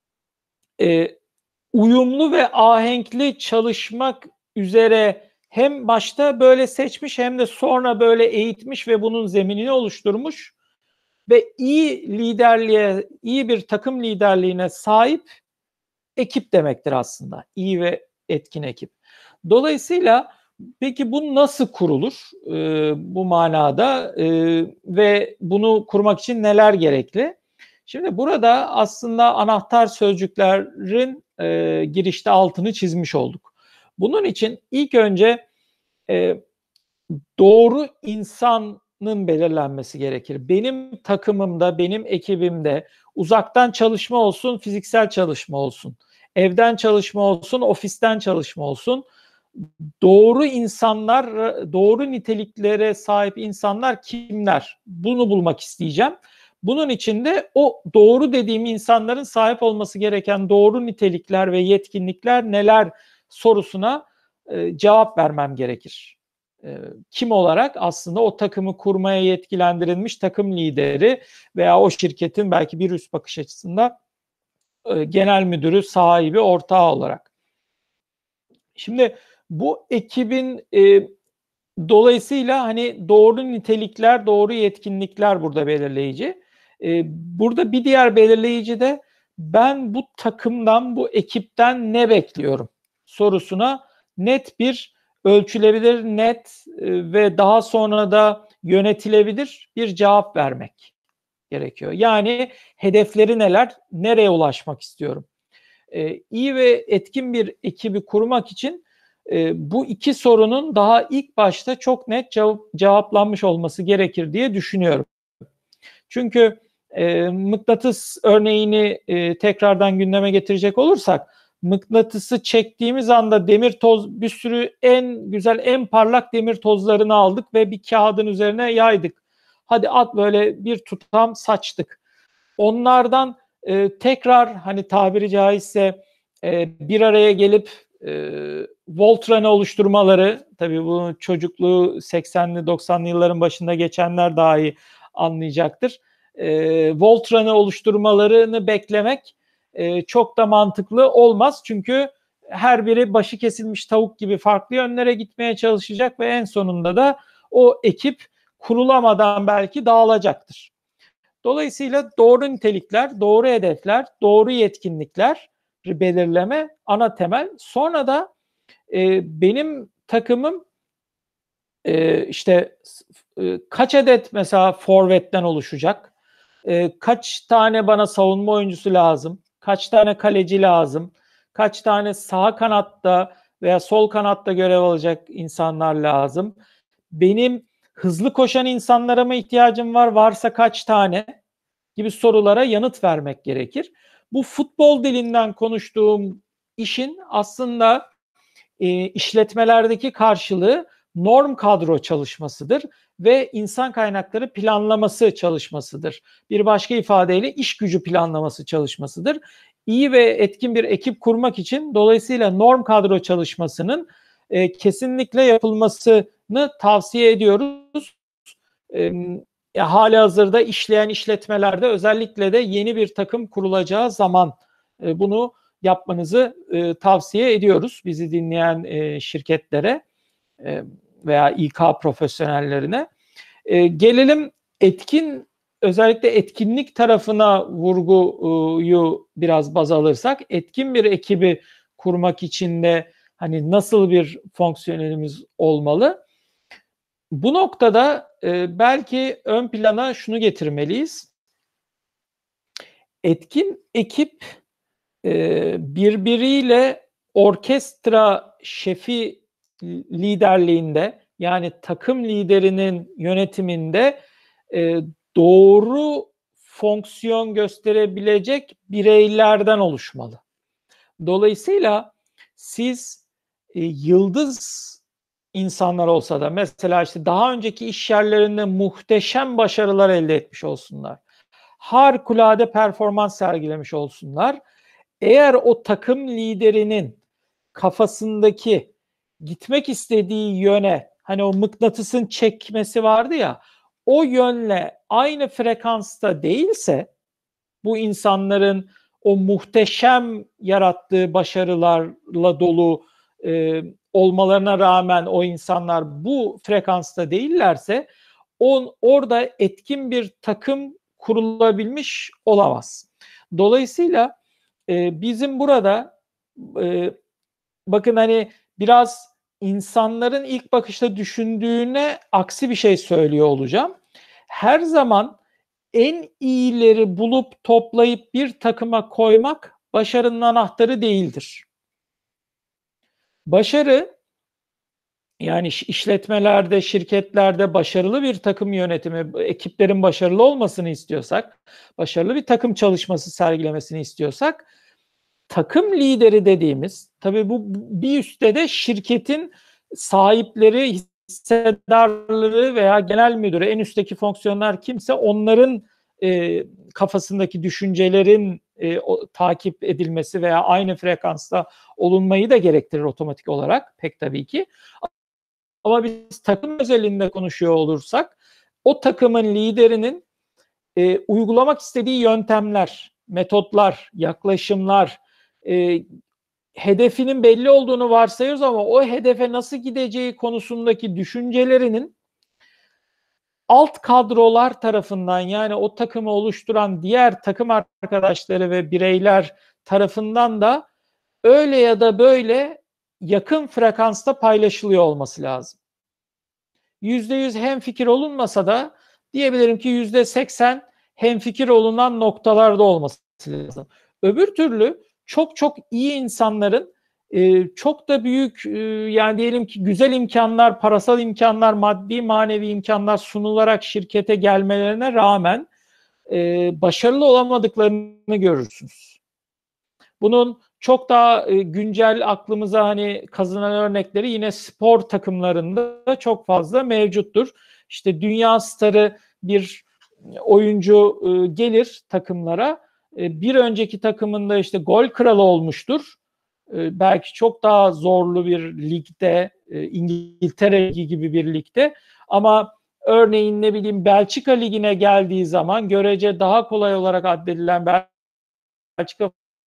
e, uyumlu ve ahenkli çalışmak üzere hem başta böyle seçmiş hem de sonra böyle eğitmiş ve bunun zeminini oluşturmuş ve iyi liderliğe, iyi bir takım liderliğine sahip ekip demektir aslında. İyi ve etkin ekip. Dolayısıyla peki bu nasıl kurulur e, bu manada e, ve bunu kurmak için neler gerekli? Şimdi burada aslında anahtar sözcüklerin e, girişte altını çizmiş olduk. Bunun için ilk önce e, doğru insanın belirlenmesi gerekir. Benim takımımda, benim ekibimde uzaktan çalışma olsun, fiziksel çalışma olsun, evden çalışma olsun, ofisten çalışma olsun, doğru insanlar, doğru niteliklere sahip insanlar kimler? Bunu bulmak isteyeceğim. Bunun için de o doğru dediğim insanların sahip olması gereken doğru nitelikler ve yetkinlikler neler sorusuna e, cevap vermem gerekir. E, kim olarak? Aslında o takımı kurmaya yetkilendirilmiş takım lideri veya o şirketin belki bir üst bakış açısında e, genel müdürü, sahibi, ortağı olarak. Şimdi bu ekibin e, dolayısıyla hani doğru nitelikler, doğru yetkinlikler burada belirleyici. Ee, burada bir diğer belirleyici de ben bu takımdan, bu ekipten ne bekliyorum sorusuna net bir ölçülebilir, net e, ve daha sonra da yönetilebilir bir cevap vermek gerekiyor. Yani hedefleri neler, nereye ulaşmak istiyorum? Ee, iyi ve etkin bir ekibi kurmak için e, bu iki sorunun daha ilk başta çok net cevap, cevaplanmış olması gerekir diye düşünüyorum. Çünkü e, mıknatıs örneğini e, tekrardan gündeme getirecek olursak, mıknatısı çektiğimiz anda demir toz, bir sürü en güzel, en parlak demir tozlarını aldık ve bir kağıdın üzerine yaydık. Hadi at, böyle bir tutam saçtık. Onlardan e, tekrar, hani tabiri caizse e, bir araya gelip e, Voltran'ı oluşturmaları, tabii bu çocukluğu seksenli doksanlı yılların başında geçenler daha iyi anlayacaktır. E, Voltran'ı oluşturmalarını beklemek e, çok da mantıklı olmaz. Çünkü her biri başı kesilmiş tavuk gibi farklı yönlere gitmeye çalışacak ve en sonunda da o ekip kurulamadan belki dağılacaktır. Dolayısıyla doğru nitelikler, doğru hedefler, doğru yetkinlikler belirleme ana temel. Sonra da e, benim takımım e, işte e, kaç adet mesela forvetten oluşacak, e, kaç tane bana savunma oyuncusu lazım, kaç tane kaleci lazım, kaç tane sağ kanatta veya sol kanatta görev alacak insanlar lazım. Benim hızlı koşan insanlara mı ihtiyacım var, varsa kaç tane gibi sorulara yanıt vermek gerekir. Bu futbol dilinden konuştuğum işin aslında e, işletmelerdeki karşılığı norm kadro çalışmasıdır ve insan kaynakları planlaması çalışmasıdır. Bir başka ifadeyle iş gücü planlaması çalışmasıdır. İyi ve etkin bir ekip kurmak için dolayısıyla norm kadro çalışmasının e, kesinlikle yapılmasını tavsiye ediyoruz. E, Halihazırda işleyen işletmelerde özellikle de yeni bir takım kurulacağı zaman e, bunu yapmanızı e, tavsiye ediyoruz bizi dinleyen e, şirketlere e, veya İK profesyonellerine. E, gelelim etkin, özellikle etkinlik tarafına vurguyu biraz baz alırsak, etkin bir ekibi kurmak için de hani nasıl bir fonksiyonelimiz olmalı? Bu noktada e, belki ön plana şunu getirmeliyiz. Etkin ekip e, birbiriyle orkestra şefi liderliğinde, yani takım liderinin yönetiminde e, doğru fonksiyon gösterebilecek bireylerden oluşmalı. Dolayısıyla siz e, yıldız insanlar olsa da, mesela işte daha önceki iş yerlerinde muhteşem başarılar elde etmiş olsunlar, harikulade performans sergilemiş olsunlar, eğer o takım liderinin kafasındaki gitmek istediği yöne, hani o mıknatısın çekmesi vardı ya, o yönle aynı frekansta değilse, bu insanların o muhteşem yarattığı başarılarla dolu e, olmalarına rağmen o insanlar bu frekansta değillerse, on, orada etkin bir takım kurulabilmiş olamaz. Dolayısıyla e, bizim burada e, bakın, hani biraz insanların ilk bakışta düşündüğüne aksi bir şey söylüyor olacağım. Her zaman en iyileri bulup toplayıp bir takıma koymak başarının anahtarı değildir. Başarı, yani işletmelerde, şirketlerde başarılı bir takım yönetimi, ekiplerin başarılı olmasını istiyorsak, başarılı bir takım çalışması sergilemesini istiyorsak, takım lideri dediğimiz, tabii bu bir üstte de şirketin sahipleri, hissedarları veya genel müdürü, en üstteki fonksiyonlar kimse, onların e, kafasındaki düşüncelerin e, o, takip edilmesi veya aynı frekansta olunmayı da gerektirir otomatik olarak, pek tabii ki. Ama biz takım özelinde konuşuyor olursak, o takımın liderinin e, uygulamak istediği yöntemler, metotlar, yaklaşımlar, e, hedefinin belli olduğunu varsayıyoruz ama o hedefe nasıl gideceği konusundaki düşüncelerinin alt kadrolar tarafından, yani o takımı oluşturan diğer takım arkadaşları ve bireyler tarafından da öyle ya da böyle yakın frekansta paylaşılıyor olması lazım. yüzde yüz hemfikir olunmasa da diyebilirim ki yüzde seksen hemfikir olunan noktalarda olması lazım. Öbür türlü çok çok iyi insanların e, çok da büyük e, yani diyelim ki güzel imkanlar, parasal imkanlar, maddi manevi imkanlar sunularak şirkete gelmelerine rağmen e, başarılı olamadıklarını görürsünüz. Bunun çok daha e, güncel aklımıza hani kazınan örnekleri yine spor takımlarında çok fazla mevcuttur. İşte dünya starı bir oyuncu e, gelir takımlara. E, bir önceki takımında işte gol kralı olmuştur. E, belki çok daha zorlu bir ligde, e, İngiltere Ligi gibi bir ligde. Ama örneğin ne bileyim Belçika Ligi'ne geldiği zaman görece daha kolay olarak addedilen Belçika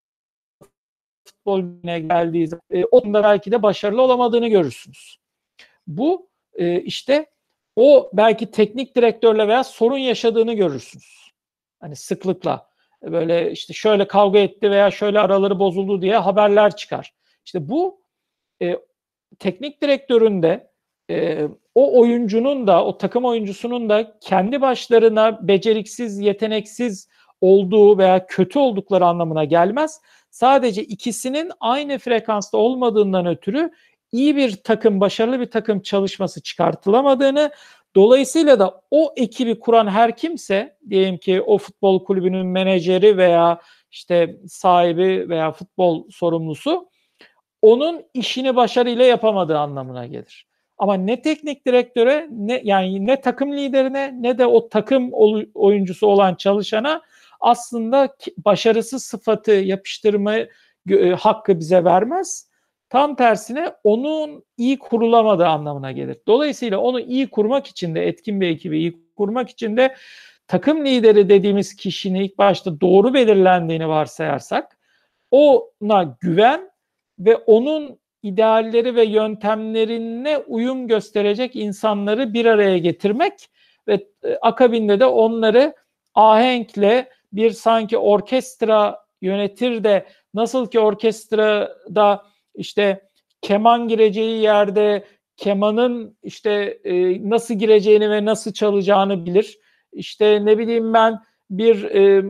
futbol Ligi'ne geldiği zaman e, onda belki de başarılı olamadığını görürsünüz. Bu e, işte o belki teknik direktörle veya sorun yaşadığını görürsünüz. Hani sıklıkla böyle işte şöyle kavga etti veya şöyle araları bozuldu diye haberler çıkar. İşte bu e, teknik direktörün de e, o oyuncunun da o takım oyuncusunun da kendi başlarına beceriksiz, yeteneksiz olduğu veya kötü oldukları anlamına gelmez. Sadece ikisinin aynı frekansta olmadığından ötürü iyi bir takım, başarılı bir takım çalışması çıkartılamadığını, dolayısıyla da o ekibi kuran her kimse, diyelim ki o futbol kulübünün menajeri veya işte sahibi veya futbol sorumlusu, onun işini başarıyla yapamadığı anlamına gelir. Ama ne teknik direktöre, ne yani ne takım liderine, ne de o takım oyuncusu olan çalışana aslında başarısı sıfatı yapıştırma e, hakkı bize vermez. Tam tersine onun iyi kurulamadığı anlamına gelir. Dolayısıyla onu iyi kurmak için de, etkin bir ekibi iyi kurmak için de takım lideri dediğimiz kişinin ilk başta doğru belirlendiğini varsayarsak, ona güven ve onun idealleri ve yöntemlerine uyum gösterecek insanları bir araya getirmek ve akabinde de onları ahenkle bir sanki orkestra yönetir de, nasıl ki orkestrada işte keman gireceği yerde kemanın işte e, nasıl gireceğini ve nasıl çalacağını bilir. İşte ne bileyim ben bir e,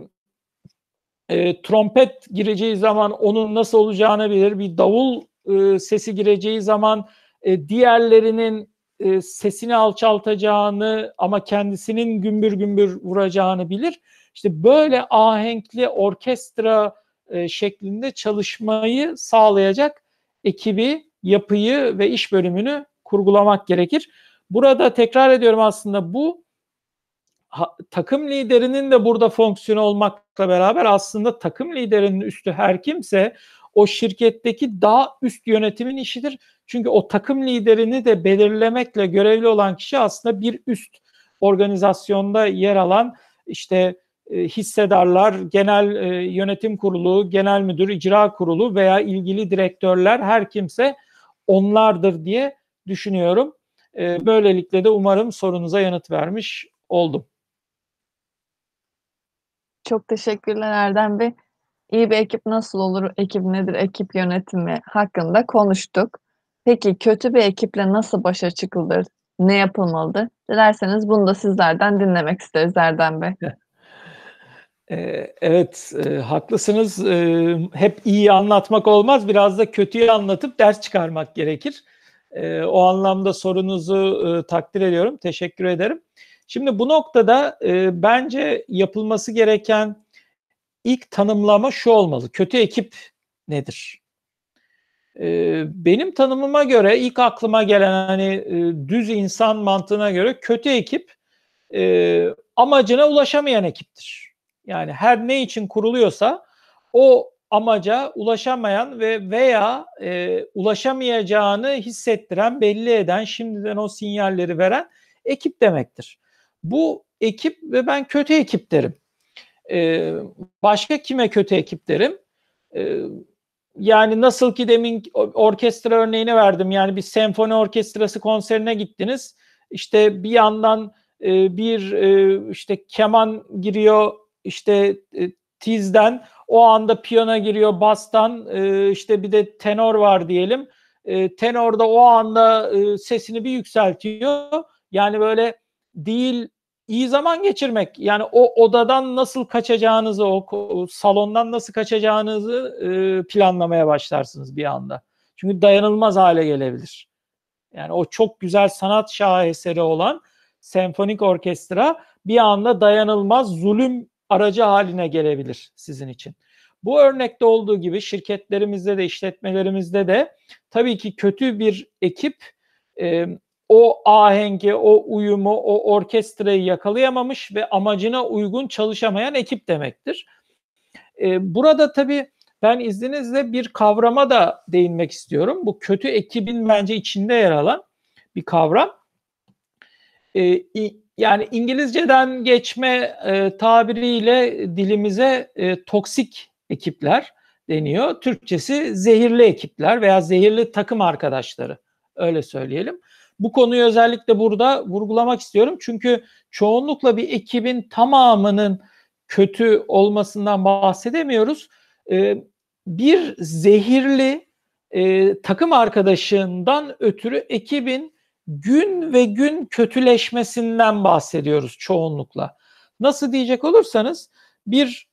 e, trompet gireceği zaman onun nasıl olacağını bilir. Bir davul e, sesi gireceği zaman e, diğerlerinin e, sesini alçaltacağını ama kendisinin gümbür gümbür vuracağını bilir. İşte böyle ahenkli orkestra e, şeklinde çalışmayı sağlayacak ekibi, yapıyı ve iş bölümünü kurgulamak gerekir. Burada tekrar ediyorum, aslında bu Ha, takım liderinin de burada fonksiyonu olmakla beraber aslında takım liderinin üstü her kimse o şirketteki daha üst yönetimin işidir. Çünkü o takım liderini de belirlemekle görevli olan kişi aslında bir üst organizasyonda yer alan işte e, hissedarlar, genel e, yönetim kurulu, genel müdür, icra kurulu veya ilgili direktörler, her kimse onlardır diye düşünüyorum. E, böylelikle de umarım sorunuza yanıt vermiş oldum. Çok teşekkürler Erdem Bey. İyi bir ekip nasıl olur, ekip nedir, ekip yönetimi hakkında konuştuk. Peki kötü bir ekiple nasıl başa çıkılır, ne yapılmalıdır? Dilerseniz bunu da sizlerden dinlemek isteriz Erdem Bey. Ee, Evet, e, haklısınız. E, hep iyi anlatmak olmaz. Biraz da kötüyü anlatıp ders çıkarmak gerekir. E, o anlamda sorunuzu e, takdir ediyorum. Teşekkür ederim. Şimdi bu noktada e, bence yapılması gereken ilk tanımlama şu olmalı: kötü ekip nedir? E, benim tanımıma göre, ilk aklıma gelen hani e, düz insan mantığına göre kötü ekip e, amacına ulaşamayan ekiptir. Yani her ne için kuruluyorsa o amaca ulaşamayan ve veya e, ulaşamayacağını hissettiren, belli eden, şimdiden o sinyalleri veren ekip demektir. Bu ekip ve ben kötü ekip derim. E, başka kime kötü ekip derim? E, yani nasıl ki demin orkestra örneğini verdim. Yani bir senfoni orkestrası konserine gittiniz. İşte bir yandan e, bir e, işte keman giriyor, işte e, tizden, o anda piyano giriyor bastan, e, işte bir de tenor var diyelim. E, tenor da o anda e, sesini bir yükseltiyor. Yani böyle değil, iyi zaman geçirmek. Yani o odadan nasıl kaçacağınızı, o, o salondan nasıl kaçacağınızı e, planlamaya başlarsınız bir anda. Çünkü dayanılmaz hale gelebilir. Yani o çok güzel sanat şaheseri olan senfonik orkestra bir anda dayanılmaz zulüm aracı haline gelebilir sizin için. Bu örnekte olduğu gibi şirketlerimizde de işletmelerimizde de tabii ki kötü bir ekip e, o ahengi, o uyumu, o orkestrayı yakalayamamış ve amacına uygun çalışamayan ekip demektir. E, burada tabii ben izninizle bir kavrama da değinmek istiyorum. Bu kötü ekibin bence içinde yer alan bir kavram. E, yani İngilizceden geçme e, tabiriyle dilimize e, toksik ekipler deniyor. Türkçesi zehirli ekipler veya zehirli takım arkadaşları, öyle söyleyelim. Bu konuyu özellikle burada vurgulamak istiyorum. Çünkü çoğunlukla bir ekibin tamamının kötü olmasından bahsedemiyoruz. E, bir zehirli e, takım arkadaşından ötürü ekibin gün ve gün kötüleşmesinden bahsediyoruz çoğunlukla. Nasıl diyecek olursanız bir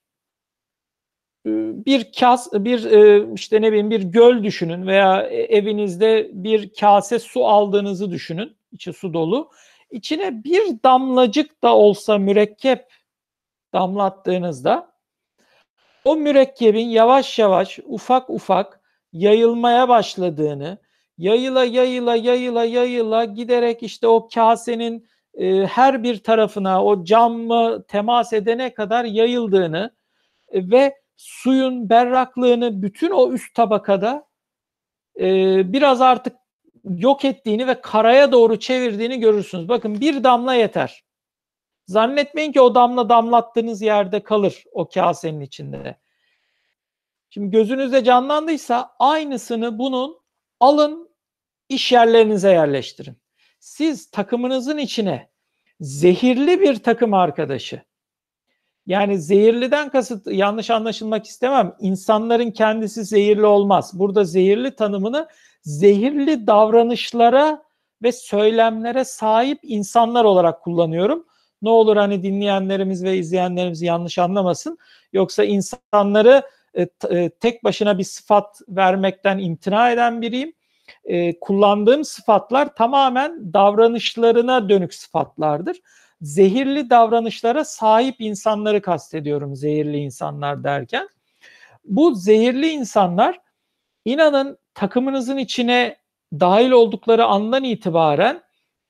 bir kas bir işte ne bileyim bir göl düşünün veya evinizde bir kase su aldığınızı düşünün. İçi su dolu. İçine bir damlacık da olsa mürekkep damlattığınızda o mürekkebin yavaş yavaş ufak ufak yayılmaya başladığını, yayıla yayıla yayıla yayıla giderek işte o kasenin e, her bir tarafına o camı temas edene kadar yayıldığını e, ve suyun berraklığını bütün o üst tabakada e, biraz artık yok ettiğini ve karaya doğru çevirdiğini görürsünüz. Bakın bir damla yeter. Zannetmeyin ki o damla damlattığınız yerde kalır o kasenin içinde. Şimdi gözünüzde canlandıysa aynısını bunun alın iş yerlerinize yerleştirin. Siz takımınızın içine zehirli bir takım arkadaşı, yani zehirliden kasıt yanlış anlaşılmak istemem. İnsanların kendisi zehirli olmaz. Burada zehirli tanımını zehirli davranışlara ve söylemlere sahip insanlar olarak kullanıyorum. Ne olur hani dinleyenlerimiz ve izleyenlerimiz yanlış anlamasın. Yoksa insanları e, e, tek başına bir sıfat vermekten imtina eden biriyim. E, kullandığım sıfatlar tamamen davranışlarına dönük sıfatlardır. Zehirli davranışlara sahip insanları kastediyorum zehirli insanlar derken. Bu zehirli insanlar inanın takımınızın içine dahil oldukları andan itibaren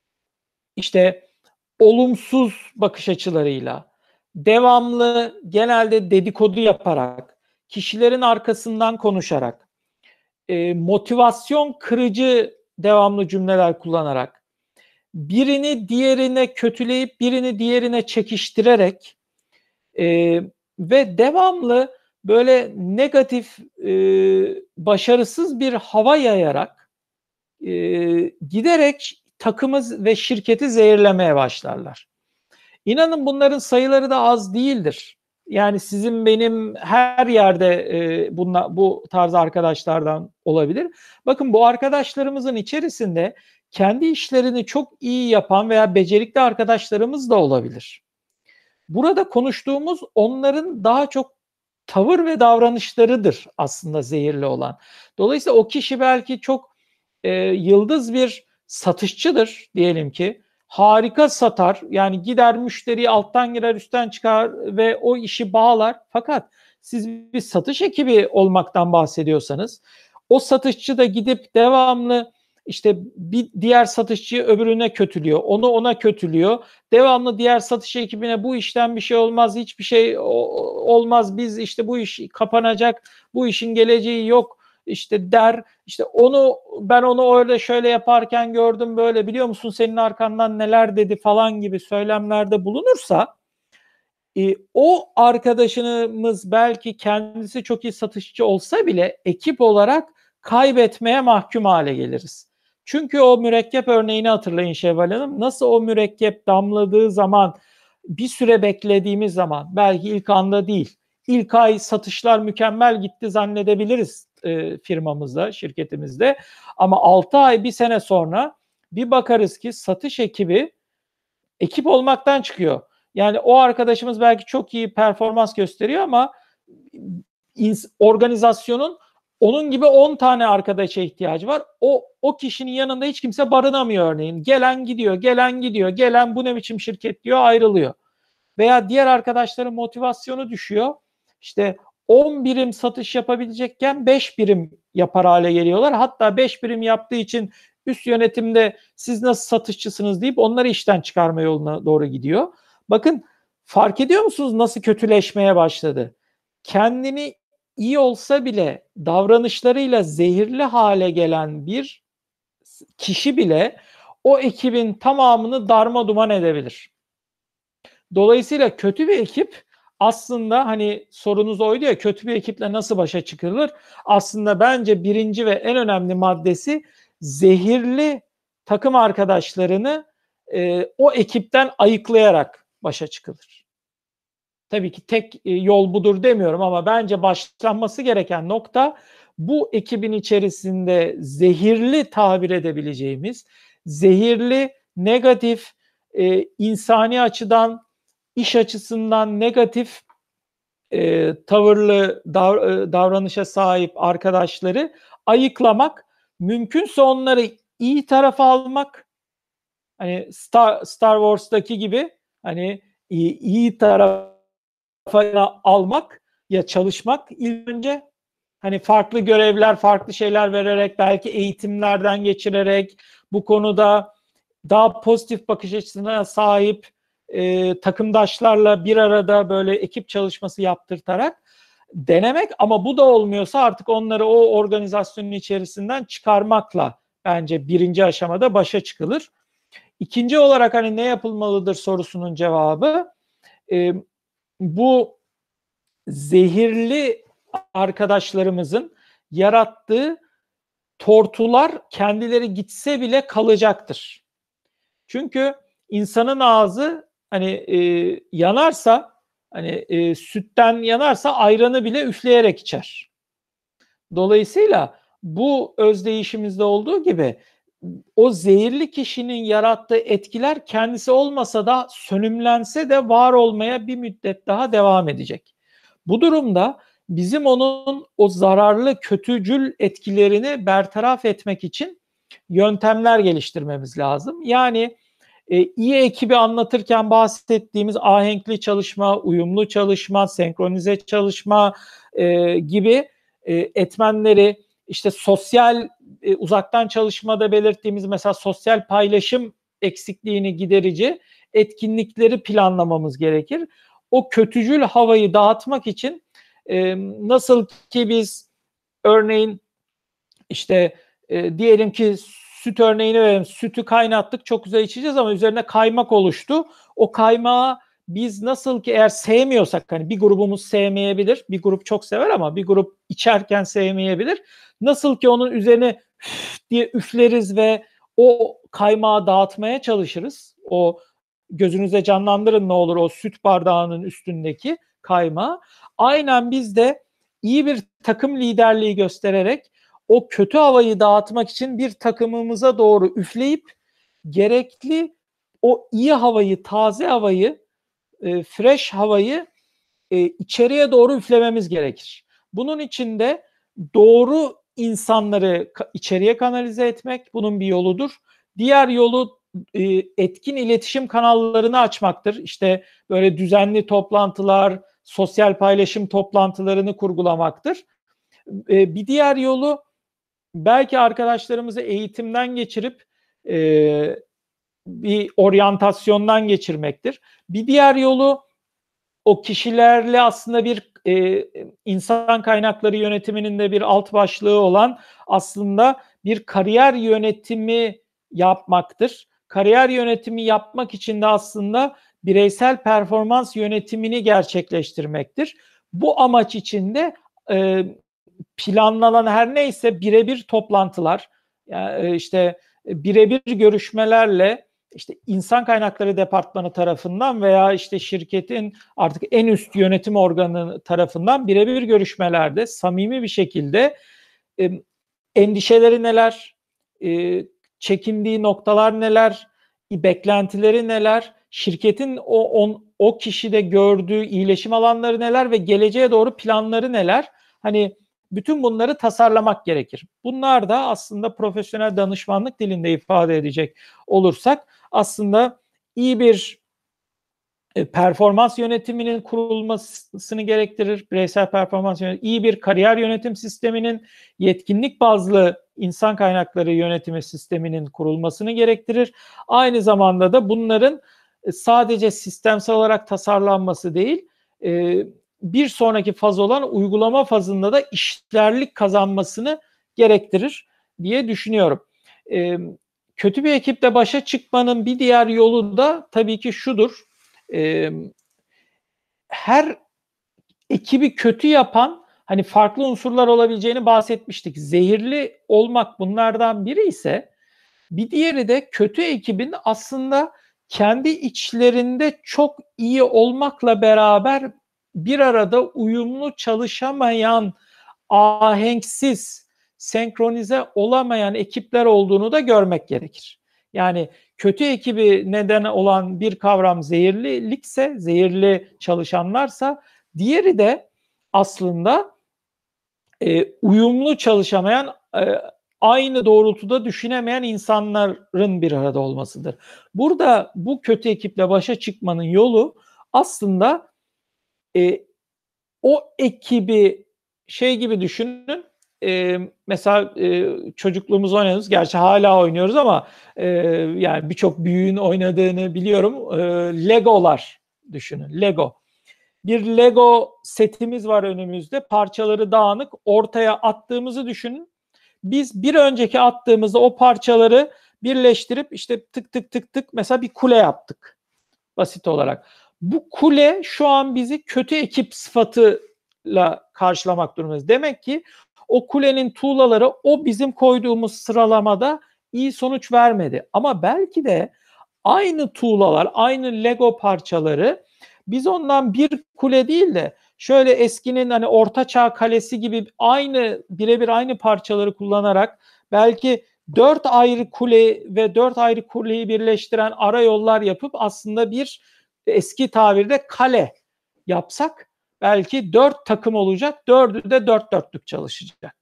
işte olumsuz bakış açılarıyla, devamlı genelde dedikodu yaparak, kişilerin arkasından konuşarak, e, motivasyon kırıcı devamlı cümleler kullanarak, birini diğerine kötüleyip birini diğerine çekiştirerek e, ve devamlı böyle negatif, e, başarısız bir hava yayarak e, giderek takımı ve şirketi zehirlemeye başlarlar. İnanın bunların sayıları da az değildir. Yani sizin benim her yerde e, bunla, bu tarz arkadaşlardan olabilir. Bakın bu arkadaşlarımızın içerisinde kendi işlerini çok iyi yapan veya becerikli arkadaşlarımız da olabilir. Burada konuştuğumuz onların daha çok tavır ve davranışlarıdır aslında zehirli olan. Dolayısıyla o kişi belki çok e, yıldız bir satışçıdır diyelim ki. Harika satar, yani gider müşteriyi alttan girer üstten çıkar ve o işi bağlar. Fakat siz bir satış ekibi olmaktan bahsediyorsanız o satışçı da gidip devamlı işte bir diğer satışçıyı öbürüne kötülüyor, onu ona kötülüyor. Devamlı diğer satış ekibine bu işten bir şey olmaz, hiçbir şey olmaz, biz işte bu iş kapanacak, bu işin geleceği yok işte der. İşte onu ben onu öyle şöyle yaparken gördüm, böyle biliyor musun senin arkandan neler dedi falan gibi söylemlerde bulunursa e, o arkadaşımız belki kendisi çok iyi satışçı olsa bile ekip olarak kaybetmeye mahkum hale geliriz. Çünkü o mürekkep örneğini hatırlayın Şevval Hanım. Nasıl o mürekkep damladığı zaman bir süre beklediğimiz zaman belki ilk anda değil, ilk ay satışlar mükemmel gitti zannedebiliriz e, firmamızda, şirketimizde. Ama altı ay, bir sene sonra bir bakarız ki satış ekibi ekip olmaktan çıkıyor. Yani o arkadaşımız belki çok iyi performans gösteriyor ama organizasyonun onun gibi on tane arkadaşa ihtiyacı var. O o kişinin yanında hiç kimse barınamıyor örneğin. Gelen gidiyor, gelen gidiyor, gelen bu ne biçim şirket diyor, ayrılıyor. Veya diğer arkadaşların motivasyonu düşüyor. İşte on birim satış yapabilecekken beş birim yapar hale geliyorlar. Hatta beş birim yaptığı için üst yönetimde siz nasıl satışçısınız deyip onları işten çıkarma yoluna doğru gidiyor. Bakın, fark ediyor musunuz nasıl kötüleşmeye başladı? Kendini iyi olsa bile davranışlarıyla zehirli hale gelen bir kişi bile o ekibin tamamını darmaduman edebilir. Dolayısıyla kötü bir ekip, aslında hani sorunuz oydu ya, kötü bir ekiple nasıl başa çıkılır? Aslında bence birinci ve en önemli maddesi, zehirli takım arkadaşlarını e, o ekipten ayıklayarak başa çıkılır. Tabii ki tek e, yol budur demiyorum ama bence başlanması gereken nokta, bu ekibin içerisinde zehirli tabir edebileceğimiz, zehirli, negatif, e, insani açıdan, iş açısından negatif e, tavırlı dav, e, davranışa sahip arkadaşları ayıklamak, mümkünse onları iyi tarafa almak. Hani Star, Star Wars'taki gibi, hani iyi, iyi tarafa almak ya çalışmak ilk önce, hani farklı görevler, farklı şeyler vererek, belki eğitimlerden geçirerek, bu konuda daha pozitif bakış açısına sahip e, takımdaşlarla bir arada böyle ekip çalışması yaptırtarak denemek, ama bu da olmuyorsa artık onları o organizasyonun içerisinden çıkarmakla bence birinci aşamada başa çıkılır. İkinci olarak hani ne yapılmalıdır sorusunun cevabı, e, bu zehirli arkadaşlarımızın yarattığı tortular kendileri gitse bile kalacaktır. Çünkü insanın ağzı hani e, yanarsa, hani e, sütten yanarsa ayranı bile üfleyerek içer. Dolayısıyla bu özdeyişimizde olduğu gibi, o zehirli kişinin yarattığı etkiler kendisi olmasa da, sönümlense de var olmaya bir müddet daha devam edecek. Bu durumda bizim onun o zararlı, kötücül etkilerini bertaraf etmek için yöntemler geliştirmemiz lazım. Yani e, iyi ekibi anlatırken bahsettiğimiz ahenkli çalışma, uyumlu çalışma, senkronize çalışma e, gibi e, etmenleri, işte sosyal e, uzaktan çalışmada belirttiğimiz mesela sosyal paylaşım eksikliğini giderici etkinlikleri planlamamız gerekir. O kötücül havayı dağıtmak için e, nasıl ki biz örneğin işte e, diyelim ki süt örneğini verelim. Sütü kaynattık, çok güzel içeceğiz ama üzerine kaymak oluştu. O kaymağı biz nasıl ki, eğer sevmiyorsak, hani bir grubumuz sevmeyebilir, bir grup çok sever ama bir grup içerken sevmeyebilir. Nasıl ki onun üzerine üf diye üfleriz ve o kaymağı dağıtmaya çalışırız. O, gözünüze canlandırın ne olur o süt bardağının üstündeki kaymağı. Aynen biz de iyi bir takım liderliği göstererek o kötü havayı dağıtmak için bir takımımıza doğru üfleyip, gerekli o iyi havayı, taze havayı, e, fresh havayı e, içeriye doğru üflememiz gerekir. Bunun için de doğru insanları içeriye kanalize etmek bunun bir yoludur. Diğer yolu e, etkin iletişim kanallarını açmaktır. İşte böyle düzenli toplantılar, sosyal paylaşım toplantılarını kurgulamaktır. E, bir diğer yolu, belki arkadaşlarımızı eğitimden geçirip e, bir oryantasyondan geçirmektir. Bir diğer yolu, o kişilerle aslında bir e, insan kaynakları yönetiminin de bir alt başlığı olan aslında bir kariyer yönetimi yapmaktır. Kariyer yönetimi yapmak için de aslında bireysel performans yönetimini gerçekleştirmektir. Bu amaç için de e, planlanan her neyse birebir toplantılar, yani işte birebir görüşmelerle, işte insan kaynakları departmanı tarafından veya işte şirketin artık en üst yönetim organı tarafından birebir görüşmelerde samimi bir şekilde e, endişeleri neler, e, çekindiği noktalar neler, beklentileri neler, şirketin o on, o kişide gördüğü iyileşim alanları neler ve geleceğe doğru planları neler? Hani bütün bunları tasarlamak gerekir. Bunlar da aslında profesyonel danışmanlık dilinde ifade edecek olursak, aslında iyi bir E, performans yönetiminin kurulmasını gerektirir. Bireysel performans yönetimi, iyi bir kariyer yönetim sisteminin, yetkinlik bazlı insan kaynakları yönetimi sisteminin kurulmasını gerektirir. Aynı zamanda da bunların sadece sistemsel olarak tasarlanması değil, e, bir sonraki faz olan uygulama fazında da işlerlik kazanmasını gerektirir diye düşünüyorum. E, kötü bir ekiple başa çıkmanın bir diğer yolu da tabii ki şudur. E, her ekibi kötü yapan hani farklı unsurlar olabileceğini bahsetmiştik. Zehirli olmak bunlardan biri ise bir diğeri de kötü ekibin aslında kendi içlerinde çok iyi olmakla beraber bir arada uyumlu çalışamayan, ahenksiz, senkronize olamayan ekipler olduğunu da görmek gerekir. Yani kötü ekibi neden olan bir kavram zehirlilikse, zehirli çalışanlarsa, diğeri de aslında e, uyumlu çalışamayan, e, aynı doğrultuda düşünemeyen insanların bir arada olmasıdır. Burada bu kötü ekiple başa çıkmanın yolu aslında e, o ekibi şey gibi düşünün. E, mesela e, çocukluğumuz oynuyoruz. Gerçi hala oynuyoruz ama e, yani birçok büyüğün oynadığını biliyorum. E, Legolar düşünün. Lego. Bir Lego setimiz var önümüzde. Parçaları dağınık. Ortaya attığımızı düşünün. Biz bir önceki attığımızda o parçaları birleştirip işte tık tık tık tık mesela bir kule yaptık. Basit olarak. Bu kule şu an bizi kötü ekip sıfatıyla karşılamak durumundayız. Demek ki o kulenin tuğlaları o bizim koyduğumuz sıralamada iyi sonuç vermedi. Ama belki de aynı tuğlalar, aynı Lego parçaları biz ondan bir kule değil de şöyle eskinin hani ortaçağ kalesi gibi aynı birebir aynı parçaları kullanarak belki dört ayrı kule ve dört ayrı kuleyi birleştiren ara yollar yapıp aslında bir eski tabirde kale yapsak belki dört takım olacak, dördü de dört dörtlük çalışacak.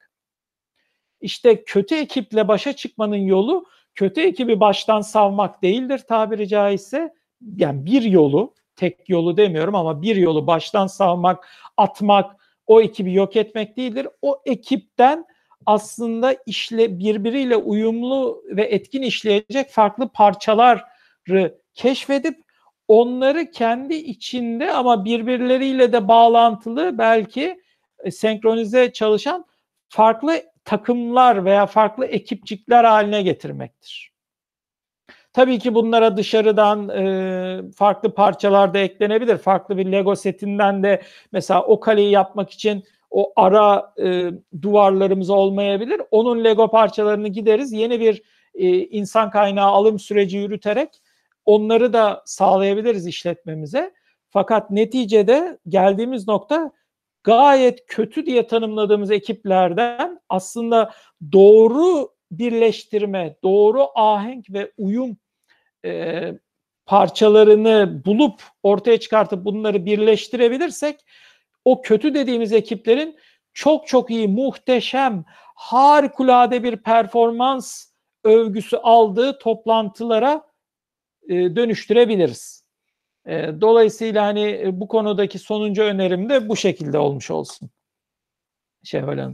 İşte kötü ekiple başa çıkmanın yolu kötü ekibi baştan savmak değildir tabiri caizse. Yani bir yolu, tek yolu demiyorum ama bir yolu baştan savmak, atmak, o ekibi yok etmek değildir. O ekipten aslında işle birbiriyle uyumlu ve etkin işleyecek farklı parçaları keşfedip onları kendi içinde ama birbirleriyle de bağlantılı belki senkronize çalışan farklı takımlar veya farklı ekipçikler haline getirmektir. Tabii ki bunlara dışarıdan e, farklı parçalar da eklenebilir. Farklı bir Lego setinden de mesela o kaleyi yapmak için o ara e, duvarlarımız olmayabilir. Onun Lego parçalarını gideriz. Yeni bir e, insan kaynağı alım süreci yürüterek onları da sağlayabiliriz işletmemize. Fakat neticede geldiğimiz nokta gayet kötü diye tanımladığımız ekiplerden aslında doğru birleştirme, doğru ahenk ve uyum e, parçalarını bulup ortaya çıkartıp bunları birleştirebilirsek o kötü dediğimiz ekiplerin çok çok iyi, muhteşem, harikulade bir performans övgüsü aldığı toplantılara e, dönüştürebiliriz. E, dolayısıyla hani bu konudaki sonuncu önerim de bu şekilde olmuş olsun. Şevval Hanım.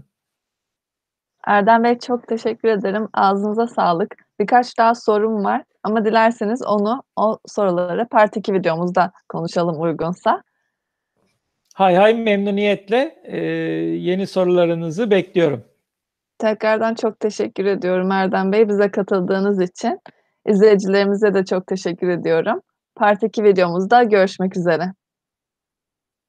Erdem Bey çok teşekkür ederim. Ağzınıza sağlık. Birkaç daha sorum var ama dilerseniz onu, o soruları part iki videomuzda konuşalım uygunsa. Hay hay memnuniyetle e, yeni sorularınızı bekliyorum. Tekrardan çok teşekkür ediyorum Erdem Bey bize katıldığınız için. İzleyicilerimize de çok teşekkür ediyorum. Part iki videomuzda görüşmek üzere.